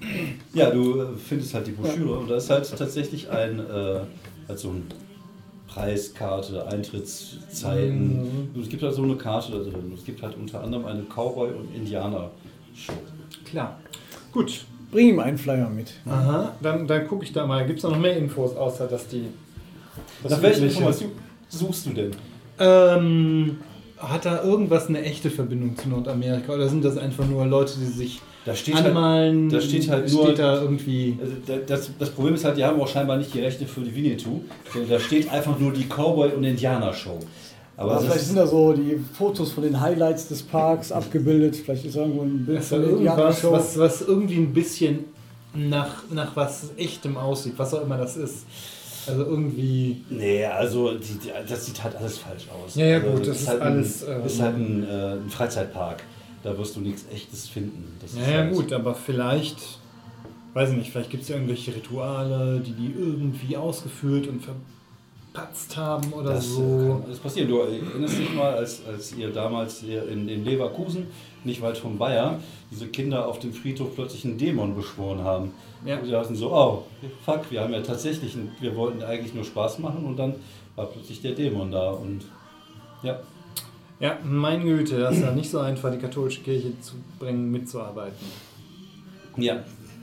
Ja, du findest halt die Broschüre und da ist halt tatsächlich ein, äh, halt so ein Preiskarte, Eintrittszeiten. Mhm. Es gibt halt so eine Karte da drin. Es gibt halt unter anderem eine Cowboy- und Indianer-Show. Klar. Gut. Bring ihm einen Flyer mit. Aha, dann, dann gucke ich da mal. Gibt es noch mehr Infos, außer dass die... das Nach welchen übliche- Informationen suchst du denn? Ähm, hat da irgendwas eine echte Verbindung zu Nordamerika? Oder sind das einfach nur Leute, die sich Da steht anmalen? halt, da steht halt steht nur... da irgendwie... Also da- das, das Problem ist halt, die haben auch scheinbar nicht die Rechte für die Winnetou. sondern Da steht einfach nur die Cowboy- und Indianer-Show. Aber Aber das vielleicht ist- sind da so die Fotos von den Highlights des Parks abgebildet. Vielleicht ist irgendwo ein Bild Ist da von der irgendwas, Indianershow. was, was irgendwie ein bisschen nach, nach was Echtem aussieht, was auch immer das ist. Also irgendwie... Nee, also die, die, das sieht halt alles falsch aus. Ja, ja, also, gut, das ist halt alles, Ein, ähm, ist halt ein, äh, ein Freizeitpark. Da wirst du nichts Echtes finden. Das ist Ja, ja halt, gut, aber vielleicht, weiß ich nicht, vielleicht gibt es ja irgendwelche Rituale, die die irgendwie ausgeführt und verpatzt haben oder Das so. kann alles passieren. Du erinnerst dich mal, als, als ihr damals hier in, in Leverkusen, nicht weit von Bayer, diese Kinder auf dem Friedhof plötzlich einen Dämon beschworen haben. Ja. Und die dachten so, oh, fuck, wir haben ja tatsächlich, einen, wir wollten eigentlich nur Spaß machen und dann war plötzlich der Dämon da und ja. Ja, meine Güte, das ist ja nicht so einfach, die katholische Kirche zu bringen, mitzuarbeiten. Ja,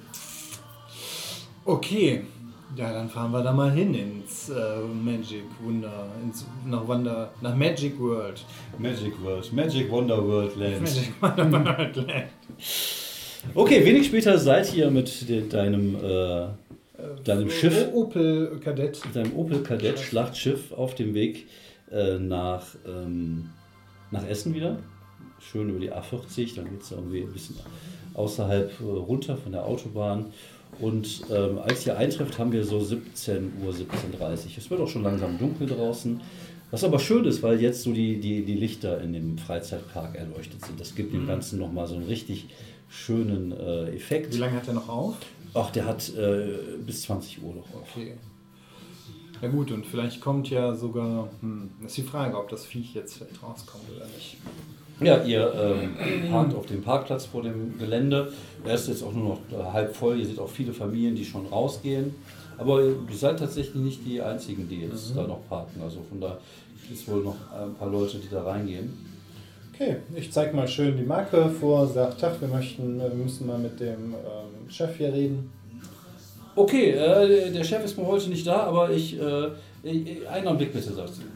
Okay, ja, dann fahren wir da mal hin ins äh, Magic Wunder, ins, nach, Wonder, nach Magic World. Magic World, Magic Wonder World Land. Magic Wonderworld Land. Okay, wenig später seid ihr mit de, deinem, äh, deinem Schiff, O- Opel Kadett. deinem Opel Kadett Schlachtschiff auf dem Weg äh, nach, ähm, nach Essen wieder. Schön über die A vierzig, dann geht es irgendwie ein bisschen außerhalb äh, runter von der Autobahn. Und ähm, als ihr eintrefft, haben wir so siebzehn Uhr, siebzehn Uhr dreißig. Es wird auch schon langsam dunkel draußen. Was aber schön ist, weil jetzt so die, die, die Lichter in dem Freizeitpark erleuchtet sind. Das gibt dem Ganzen nochmal so einen richtig schönen äh, Effekt. Wie lange hat er noch auf? Ach, der hat äh, bis zwanzig Uhr noch auf. Okay. Ja gut, und vielleicht kommt ja sogar, hm, ist die Frage, ob das Viech jetzt vielleicht rauskommt oder nicht. Ja, ihr ähm, parkt auf dem Parkplatz vor dem Gelände. Er ist jetzt auch nur noch äh, halb voll. Ihr seht auch viele Familien, die schon rausgehen. Aber ihr seid tatsächlich nicht die Einzigen, die jetzt Mhm. da noch parken. Also von da gibt es wohl noch ein paar Leute, die da reingehen. Okay, ich zeige mal schön die Marke vor, sage, Tag, wir möchten, wir müssen mal mit dem ähm, Chef hier reden. Okay, äh, der Chef ist mir heute nicht da, aber ich, äh, ich einen Augenblick bitte, sagt sie.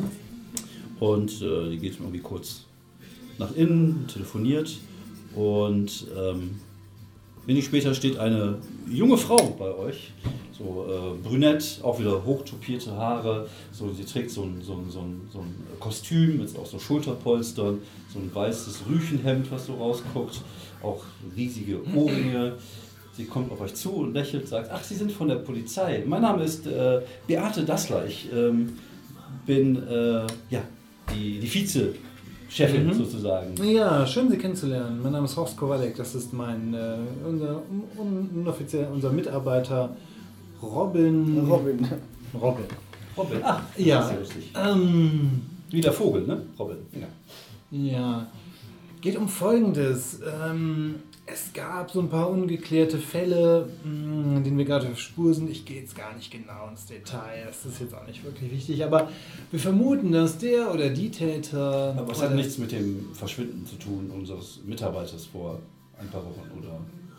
Und äh, die geht irgendwie kurz nach innen, telefoniert und ähm, wenig später steht eine junge Frau bei euch, so äh, brünett, auch wieder hochtopierte Haare, so, sie trägt so ein, so, ein, so, ein, so ein Kostüm mit auch so Schulterpolstern, so ein weißes Rüchenhemd, was so rausguckt, auch riesige Ohrringe. Sie kommt auf euch zu und lächelt, sagt, ach, Sie sind von der Polizei. Mein Name ist äh, Beate Dassler. Ich ähm, bin äh, ja, die, die Vize-Chefin Mhm. sozusagen. Ja, schön Sie kennenzulernen. Mein Name ist Horst Kowalek, das ist mein, äh, unser, un, unoffiziell unser Mitarbeiter Robin. Robin. Robin. Robin, ach, Ja. das ist ja lustig. Ähm, Wie der Vogel, ne? Robin. Ja. ja, geht um Folgendes. Ähm, es gab so ein paar ungeklärte Fälle, mh, denen wir gerade auf Spur sind. Ich gehe jetzt gar nicht genau ins Detail, das ist jetzt auch nicht wirklich wichtig, aber wir vermuten, dass der oder die Täter... Aber es oder hat nichts mit dem Verschwinden zu tun unseres Mitarbeiters vor ein paar Wochen, oder?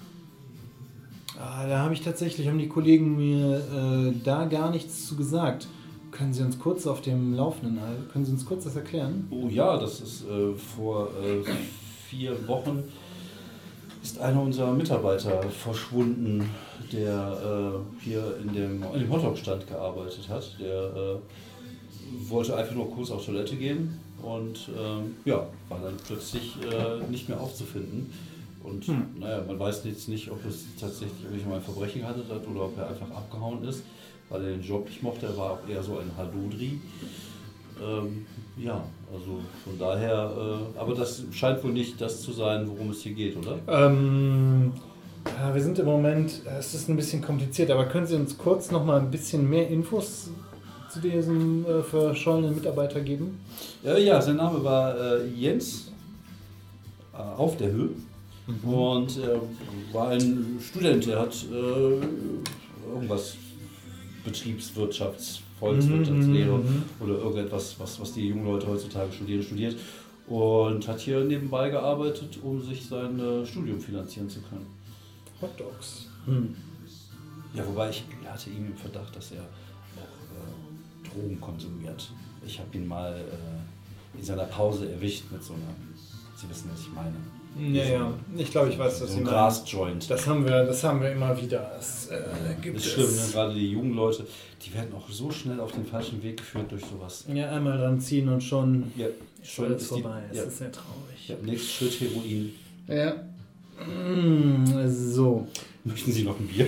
Ah, da habe ich tatsächlich, haben die Kollegen mir äh, da gar nichts zu gesagt. Können Sie uns kurz auf dem Laufenden halten? Können Sie uns kurz das erklären? Oh ja, das ist äh, vor äh, vier Wochen ist einer unserer Mitarbeiter verschwunden, der äh, hier in dem, in dem Hotdog-Stand gearbeitet hat. Der äh, wollte einfach nur kurz auf Toilette gehen und äh, ja, war dann plötzlich äh, nicht mehr aufzufinden. Und Hm. naja, man weiß jetzt nicht, ob es tatsächlich irgendwie mal ein Verbrechen gehandelt hat oder ob er einfach abgehauen ist, weil er den Job nicht mochte. Er war auch eher so ein Hadudri. Ähm, ja, also von daher, äh, aber das scheint wohl nicht das zu sein, worum es hier geht, oder? Ähm, ja, wir sind im Moment, es ist ein bisschen kompliziert, aber können Sie uns kurz noch mal ein bisschen mehr Infos zu diesem äh, verschollenen Mitarbeiter geben? Äh, ja, sein Name war äh, Jens äh, auf der Höhe und er war ein Student, der hat äh, irgendwas Betriebswirtschafts-, Volkswirtschaftslehre Mhm. oder irgendetwas, was, was die jungen Leute heutzutage studieren, studiert. Und hat hier nebenbei gearbeitet, um sich sein äh, Studium finanzieren zu können. Hot Dogs. Hm. Ja, wobei ich hatte ihn im Verdacht, dass er auch äh, Drogen konsumiert. Ich habe ihn mal äh, in seiner Pause erwischt mit so einer, Sie wissen, was ich meine. Ja, ja. Ich glaube, ich weiß, was so Sie ein meinen. Gras-Joint. Das haben wir, das haben wir immer wieder. Das äh, gibt Das es. ist schlimm, ne? Gerade die jungen Leute, die werden auch so schnell auf den falschen Weg geführt durch sowas. Ja, einmal dran ziehen und schon Ja, ist schon alles ist die- vorbei. Das ja. ist sehr traurig. Ja, nächster Schritt Heroin. Ja. Mm, so. Möchten Sie noch ein Bier?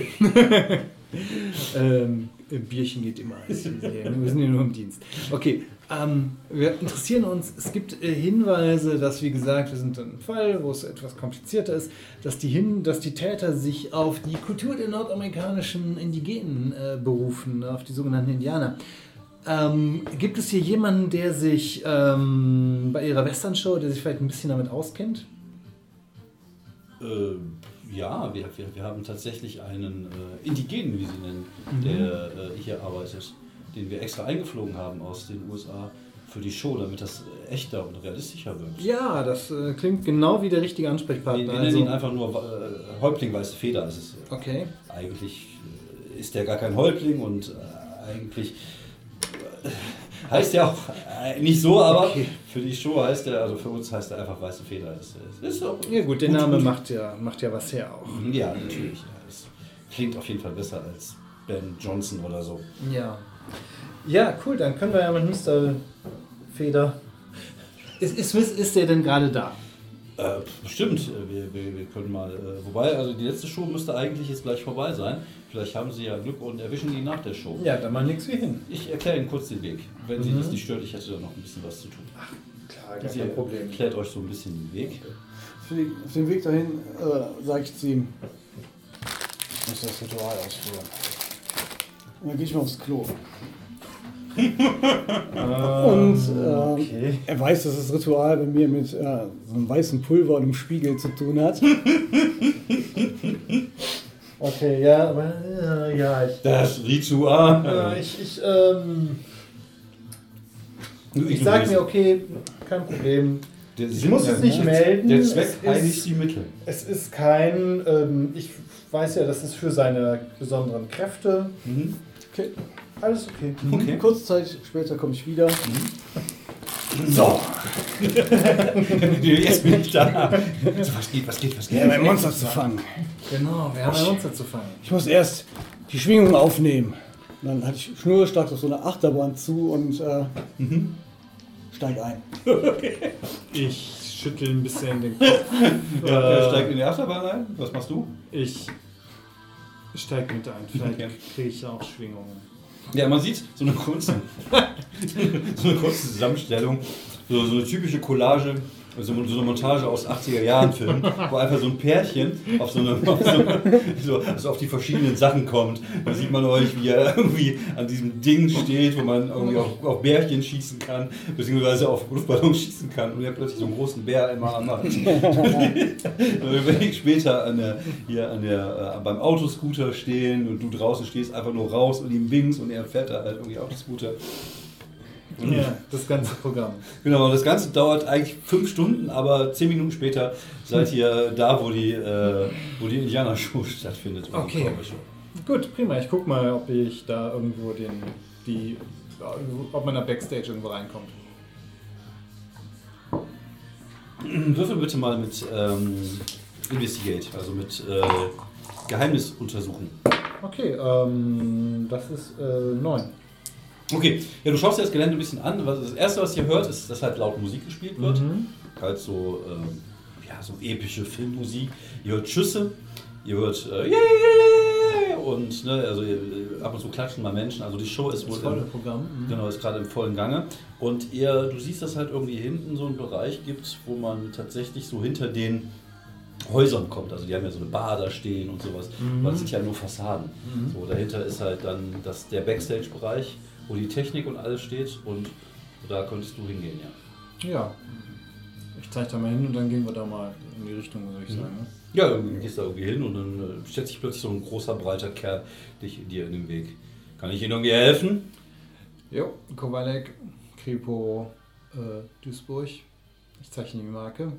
Ähm, ein Bierchen geht immer. Wir sind ja nur im Dienst. Okay, ähm, wir interessieren uns, es gibt äh, Hinweise, dass, wie gesagt, wir sind in einem Fall, wo es etwas komplizierter ist, dass die, Hin dass die Täter sich auf die Kultur der nordamerikanischen Indigenen äh, berufen, auf die sogenannten Indianer. Ähm, gibt es hier jemanden, der sich ähm, bei Ihrer Western-Show, der sich vielleicht ein bisschen damit auskennt? Äh, ja, wir, wir, wir haben tatsächlich einen äh, Indigenen, wie Sie nennen, der äh, hier arbeitet, den wir extra eingeflogen haben aus den U S A für die Show, damit das äh, echter und realistischer wird. Ja, das äh, klingt genau wie der richtige Wir, Ansprechpartner. wir nennen ihn einfach nur äh, Häuptling Weiße Feder. Es ist, äh, Okay. Eigentlich äh, ist der gar kein Häuptling und äh, eigentlich äh, heißt er auch äh, nicht so, aber Okay. für die Show heißt er, also für uns heißt er einfach Weiße Feder. Das, das ist so. Ja gut, der Name macht ja, macht ja was her auch. Ja, natürlich. Ja. Das klingt auf jeden Fall besser als Ben Johnson oder so. Ja. Ja, cool, dann können wir ja mit Mister Feder. Ist, ist, ist der denn gerade da? Äh, bestimmt, äh, wir, wir, wir können mal. Äh, wobei, also die letzte Show müsste eigentlich jetzt gleich vorbei sein. Vielleicht haben Sie ja Glück und erwischen ihn nach der Show. Ja, dann mal nichts wie hin. Ich erkläre Ihnen kurz den Weg. Wenn Sie Mhm. das nicht stört, ich hätte da noch ein bisschen was zu tun. Klar, gar Sie kein Problem. erklärt euch so ein bisschen den Weg. Für die, auf dem Weg dahin äh, sage ich zu ihm, ich muss das Ritual ausführen. Und dann gehe ich mal aufs Klo. Und ähm, Okay. er weiß, dass das Ritual bei mir mit äh, so einem weißen Pulver und einem Spiegel zu tun hat. Okay, ja, aber äh, ja, ich, Das Ritual. äh, ich, ich, ähm, ich sag mir, okay, kein Problem. Der Ich muss es nicht der- melden. Der Zweck Es heiligt ist- die Mittel. Es ist kein, ähm, ich weiß ja, das ist für seine besonderen Kräfte. Mhm. Okay. Alles okay. Okay. Kurze Zeit später komme ich wieder. So. Jetzt bin ich da. So, was geht, was geht, was geht? Ja, mein Monster zu fangen. Genau, wir haben ein Monster zu fangen. Ich muss erst die Schwingung aufnehmen. Und dann hatte ich schnurstracks auf so eine Achterbahn zu und äh, steig ein. Ich schüttel ein bisschen den Kopf. Ja, Äh, er steigt in die Achterbahn ein. Was machst du? Ich steig mit ein. Vielleicht Okay. kriege ich auch Schwingungen. Ja, man sieht so eine kurze, so eine kurze Zusammenstellung, so, so eine typische Collage, so, so eine Montage aus achtziger-Jahren-Filmen, wo einfach so ein Pärchen auf so, eine, auf, so, so, also auf die verschiedenen Sachen kommt. Da sieht man euch, wie er irgendwie an diesem Ding steht, wo man irgendwie auf, auf Bärchen schießen kann, beziehungsweise auf Luftballons schießen kann und er plötzlich so einen großen Bär immer anmacht. Wenn ich später an der, hier an der, äh, beim Autoscooter stehen und du draußen stehst, einfach nur raus und ihm winkst und er fährt da halt irgendwie Autoscooter. Ja, das ganze Programm. Genau, und das Ganze dauert eigentlich fünf Stunden, aber zehn Minuten später seid ihr da, wo die, äh, wo die Indianer-Show stattfindet. Okay. Gut, prima. Ich guck mal, ob ich da irgendwo den, die, ob man da Backstage irgendwo reinkommt. Würfel bitte mal mit ähm, Investigate, also mit äh, Geheimnis untersuchen. Okay, ähm, das ist äh, neun. Okay, ja, du schaust dir das Gelände ein bisschen an. Das erste, was ihr hört, ist, dass halt laut Musik gespielt wird. Mhm. Halt so, ähm, ja, so epische Filmmusik. Ihr hört Schüsse, ihr hört äh, yeah, yeah, yeah, und ne, also äh, ab und zu klatschen mal Menschen. Also die Show ist wohl Das volle im, Programm. Mhm. genau, ist gerade im vollen Gange. Und ihr, du siehst, dass halt irgendwie hinten so einen Bereich gibt, wo man tatsächlich so hinter den Häusern kommt. Also die haben ja so eine Bar da stehen und sowas. Mhm. Aber das sind ja nur Fassaden. Mhm. So, dahinter ist halt dann das, der Backstage-Bereich, wo die Technik und alles steht und da könntest du hingehen, ja. Ja. Ich zeige da mal hin und dann gehen wir da mal in die Richtung, würde ich Mhm. sagen. Ne? Ja, du gehst da irgendwie hin und dann äh, stellt sich plötzlich so ein großer, breiter Kerl dich, dir in den Weg. Kann ich Ihnen irgendwie helfen? Jo, Kowalek, Kripo, äh, Duisburg. Ich zeichne die Marke.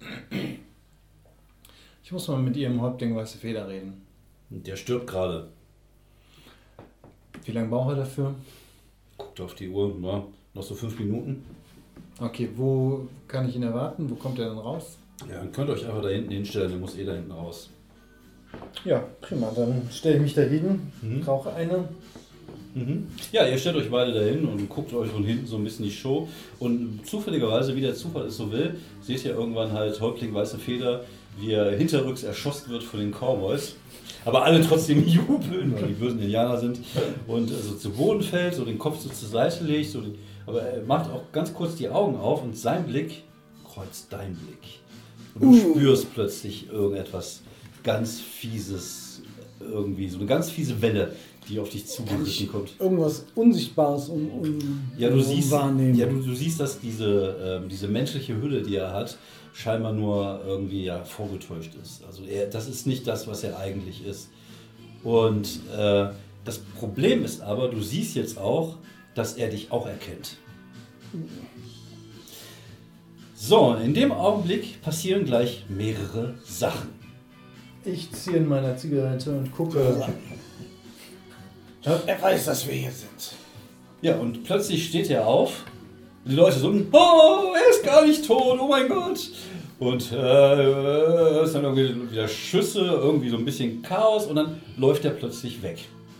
Ich muss mal mit Ihrem Häuptling Weiße Feder reden. Der stirbt gerade. Wie lange braucht er dafür? Guckt auf die Uhr, na, noch so fünf Minuten. Okay, wo kann ich ihn erwarten? Wo kommt er dann raus? Ja, dann könnt ihr euch einfach da hinten hinstellen, der muss eh da hinten raus. Ja, prima. Dann stelle ich mich da hin, Mhm. rauche eine. Mhm. Ja, ihr stellt euch beide dahin und guckt euch von hinten so ein bisschen die Show. Und zufälligerweise, wie der Zufall es so will, seht ihr irgendwann halt Häuptling Weiße Feder, wie er hinterrücks erschossen wird von den Cowboys. Aber alle trotzdem jubeln, weil die bösen Indianer sind. Und so zu Boden fällt, so den Kopf so zur Seite legt. So den, aber er macht auch ganz kurz die Augen auf und sein Blick kreuzt deinen Blick. Und du uh. spürst plötzlich irgendetwas ganz Fieses, irgendwie so eine ganz fiese Welle, die auf dich zugeritten kommt. Irgendwas Unsichtbares und un, un, ja, du siehst, wahrnehmen. Ja, du, du siehst, dass diese, ähm, diese menschliche Hülle, die er hat, scheinbar nur irgendwie ja, vorgetäuscht ist. Also er, das ist nicht das, was er eigentlich ist. Und äh, das Problem ist aber, du siehst jetzt auch, dass er dich auch erkennt. So, in dem Augenblick passieren gleich mehrere Sachen. Ich ziehe in meiner Zigarette und gucke. Er weiß, dass wir hier sind. Ja, und plötzlich steht er auf. Die Leute so, oh, er ist gar nicht tot, oh mein Gott. Und äh, es sind irgendwie wieder Schüsse, irgendwie so ein bisschen Chaos und dann läuft er plötzlich weg.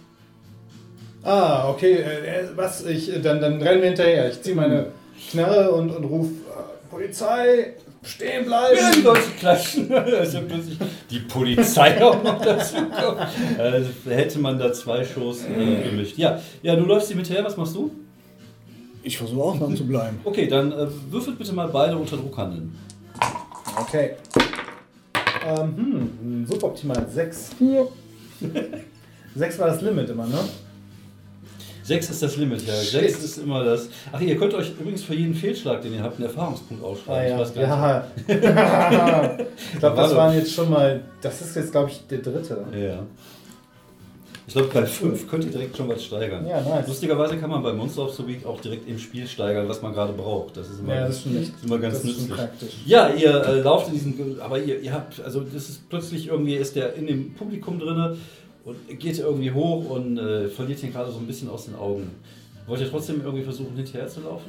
Ah, okay, äh, was? Ich, dann, dann rennen wir hinterher. Ich ziehe meine Knarre und, und rufe äh, Polizei, stehen bleiben. Ja, die Leute klatschen. Also plötzlich die Polizei auch noch dazu kommt. Also hätte man da zwei Shows äh, gemischt. Ja, ja, du läufst ihm hinterher, was machst du? Ich versuche auch dran zu bleiben. Okay, dann äh, würfelt bitte mal beide unter Druck handeln. Okay. Ähm, hm, suboptimal. sechs. sechs war das Limit immer, ne? sechs ist das Limit, ja. sechs ist immer das. Ach, ihr könnt euch übrigens für jeden Fehlschlag, den ihr habt, einen Erfahrungspunkt aufschreiben. Ah, ja. Ich weiß gar ja. Ich glaube, das waren jetzt schon mal. Das ist jetzt, glaube ich, der dritte. Ja. Ich glaube, bei fünf könnt ihr direkt schon was steigern. Ja, nice. Lustigerweise kann man bei Monster of the Week auch direkt im Spiel steigern, was man gerade braucht. Das ist immer, ja, das ist, schon echt, ist immer ganz das ist nützlich. schon praktisch. Ja, ihr äh, lauft in diesen. Aber ihr, ihr habt. Also, das ist plötzlich irgendwie, ist der in dem Publikum drin und geht irgendwie hoch und äh, verliert ihn gerade so ein bisschen aus den Augen. Wollt ihr trotzdem irgendwie versuchen, hinterher zu laufen?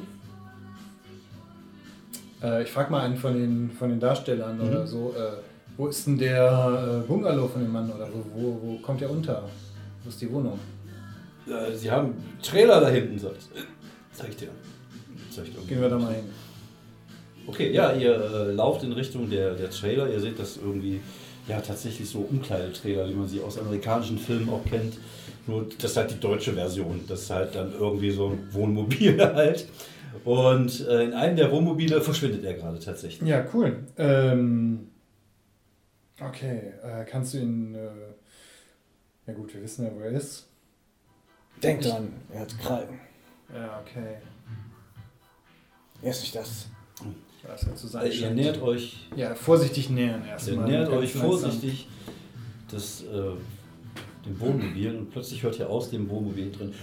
Äh, ich frage mal einen von den, von den Darstellern Mhm. oder so. Äh, wo ist denn der äh, Bungalow von dem Mann? Oder wo, wo, wo kommt der unter? Wo ist die Wohnung? Äh, sie haben einen Trailer da hinten, sagt. Zeig ich dir. Zeig ich dir Gehen wir da mal hin. Okay, ja, ihr äh, lauft in Richtung der, der Trailer. Ihr seht das irgendwie, ja, tatsächlich so Umkleidetrailer, wie man sie aus amerikanischen Filmen auch kennt. Nur, das ist halt die deutsche Version. Das ist halt dann irgendwie so ein Wohnmobil halt. Und äh, in einem der Wohnmobile verschwindet er gerade tatsächlich. Ja, cool. Ähm, okay, äh, kannst du ihn... Äh, ja gut, wir wissen ja, wo er ist. Denk dran, er hat Krallen. Ja, okay. Er ist nicht das. Was er zu sein Äh, ihr scheint. nähert euch, Ja, vorsichtig nähern ihr erstmal. nähert Ganz euch langsam. vorsichtig das, äh, dem Wohnmobil und plötzlich hört ihr aus dem Wohnmobil drin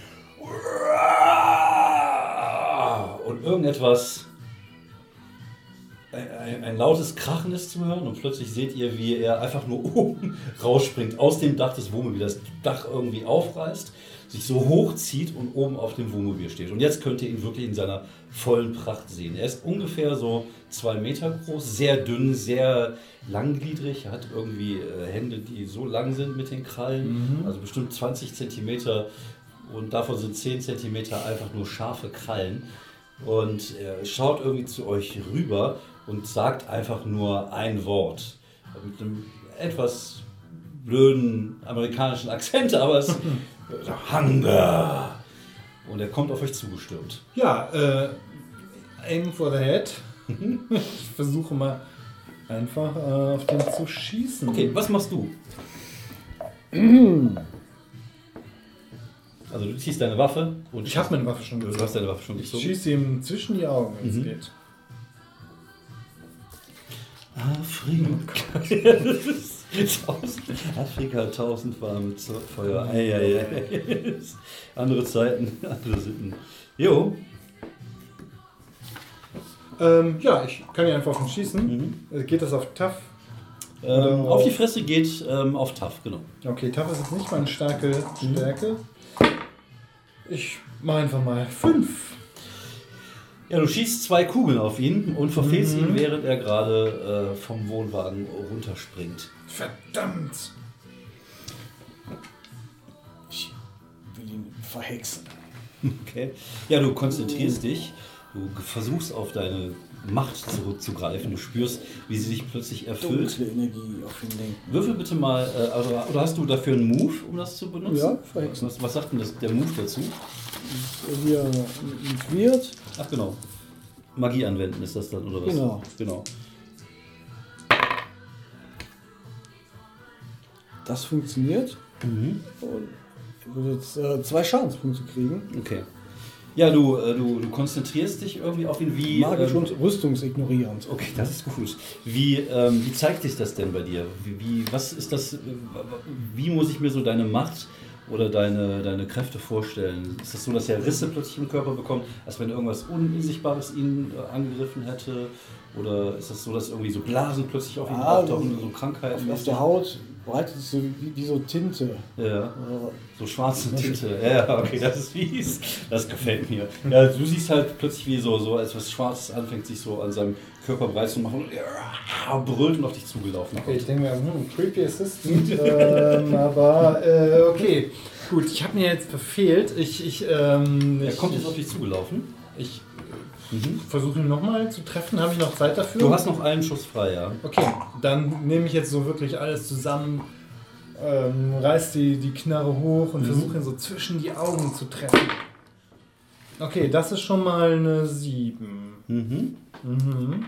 und irgendetwas, ein, ein, ein lautes Krachen ist zu hören und plötzlich seht ihr, wie er einfach nur oben rausspringt aus dem Dach des Wohnmobils, das Dach irgendwie aufreißt, sich so hochzieht und oben auf dem Wohnmobil steht. Und jetzt könnt ihr ihn wirklich in seiner vollen Pracht sehen. Er ist ungefähr so zwei Meter groß, sehr dünn, sehr langgliedrig. Er hat irgendwie äh, Hände, die so lang sind mit den Krallen, Mhm. also bestimmt zwanzig Zentimeter und davon sind zehn Zentimeter einfach nur scharfe Krallen. Und er schaut irgendwie zu euch rüber und sagt einfach nur ein Wort. Mit einem etwas blöden amerikanischen Akzent, aber es Hunger. Und er kommt auf euch zugestürmt. Ja, äh, aim for the head. Ich versuche mal einfach äh, auf den zu schießen. Okay, was machst du? Also du ziehst deine Waffe und Ich habe meine Waffe schon du gezogen. hast deine Waffe schon Ich gezogen. schieße ihm zwischen die Augen, wenn es Mhm. geht. Afrika. Afrika, tausend warme Feuer. Ei, ei, ei. Andere Zeiten, andere Sitten. Jo. Ähm, ja, ich kann ja einfach auf ihn schießen. Mhm. Geht das auf Tough? Ähm, auf die Fresse geht ähm, auf Tough, genau. Okay, Tough ist jetzt nicht meine starke Stärke. Ich mache einfach mal fünf. Ja, du schießt zwei Kugeln auf ihn und verfehlst Mhm. ihn, während er gerade äh, vom Wohnwagen runterspringt. Verdammt! Ich will ihn verhexen. Okay. Ja, du konzentrierst dich, du versuchst auf deine Macht zurückzugreifen, du spürst, wie sie sich plötzlich erfüllt. Dunkle Energie auf ihn lenken. Würfel bitte mal, äh, also, oder hast du dafür einen Move, um das zu benutzen? Ja, verhexen. Was, was sagt denn das, der Move dazu? Hier mit Wirt. Ach genau. Magie anwenden ist das dann, oder was? Genau. Genau. Das funktioniert. Mhm. Und ich würde jetzt äh, zwei Schadenspunkte kriegen. Okay. Ja, du, äh, du, du konzentrierst dich irgendwie auf ihn wie... Magisch ähm, und rüstungsignorierend. Okay, das ist gut. Wie, ähm, wie zeigt sich das denn bei dir? Wie, wie, was ist das, äh, wie muss ich mir so deine Macht oder deine, deine Kräfte vorstellen? Ist das so, dass er Risse plötzlich im Körper bekommt, als wenn irgendwas Unsichtbares ihn äh, angegriffen hätte? Oder ist das so, dass irgendwie so Blasen plötzlich auf ihn Ah, auftauchen, so Krankheiten? Auf der Haut breitet sich so wie, wie so Tinte. Ja, Äh, so schwarze Tinte. Ja, okay, das ist fies. Das gefällt mir. Ja, du siehst halt plötzlich wie so, so als was Schwarzes anfängt, sich so an seinem Körper breit zu machen und ja, brüllt und auf dich zugelaufen. Okay, ich denke mir, hm, creepy Assistant, ähm, aber äh, okay. Gut, ich habe mir jetzt verfehlt. Ich, ich, ähm, Er ich, kommt jetzt auf dich zugelaufen. Ich Mhm. versuche ihn nochmal zu treffen. Habe ich noch Zeit dafür? Du hast noch einen Schuss frei, ja. Okay, dann nehme ich jetzt so wirklich alles zusammen, ähm, reiß die, die Knarre hoch und Mhm. versuche ihn so zwischen die Augen zu treffen. Okay, das ist schon mal eine sieben. Mhm. Mhm.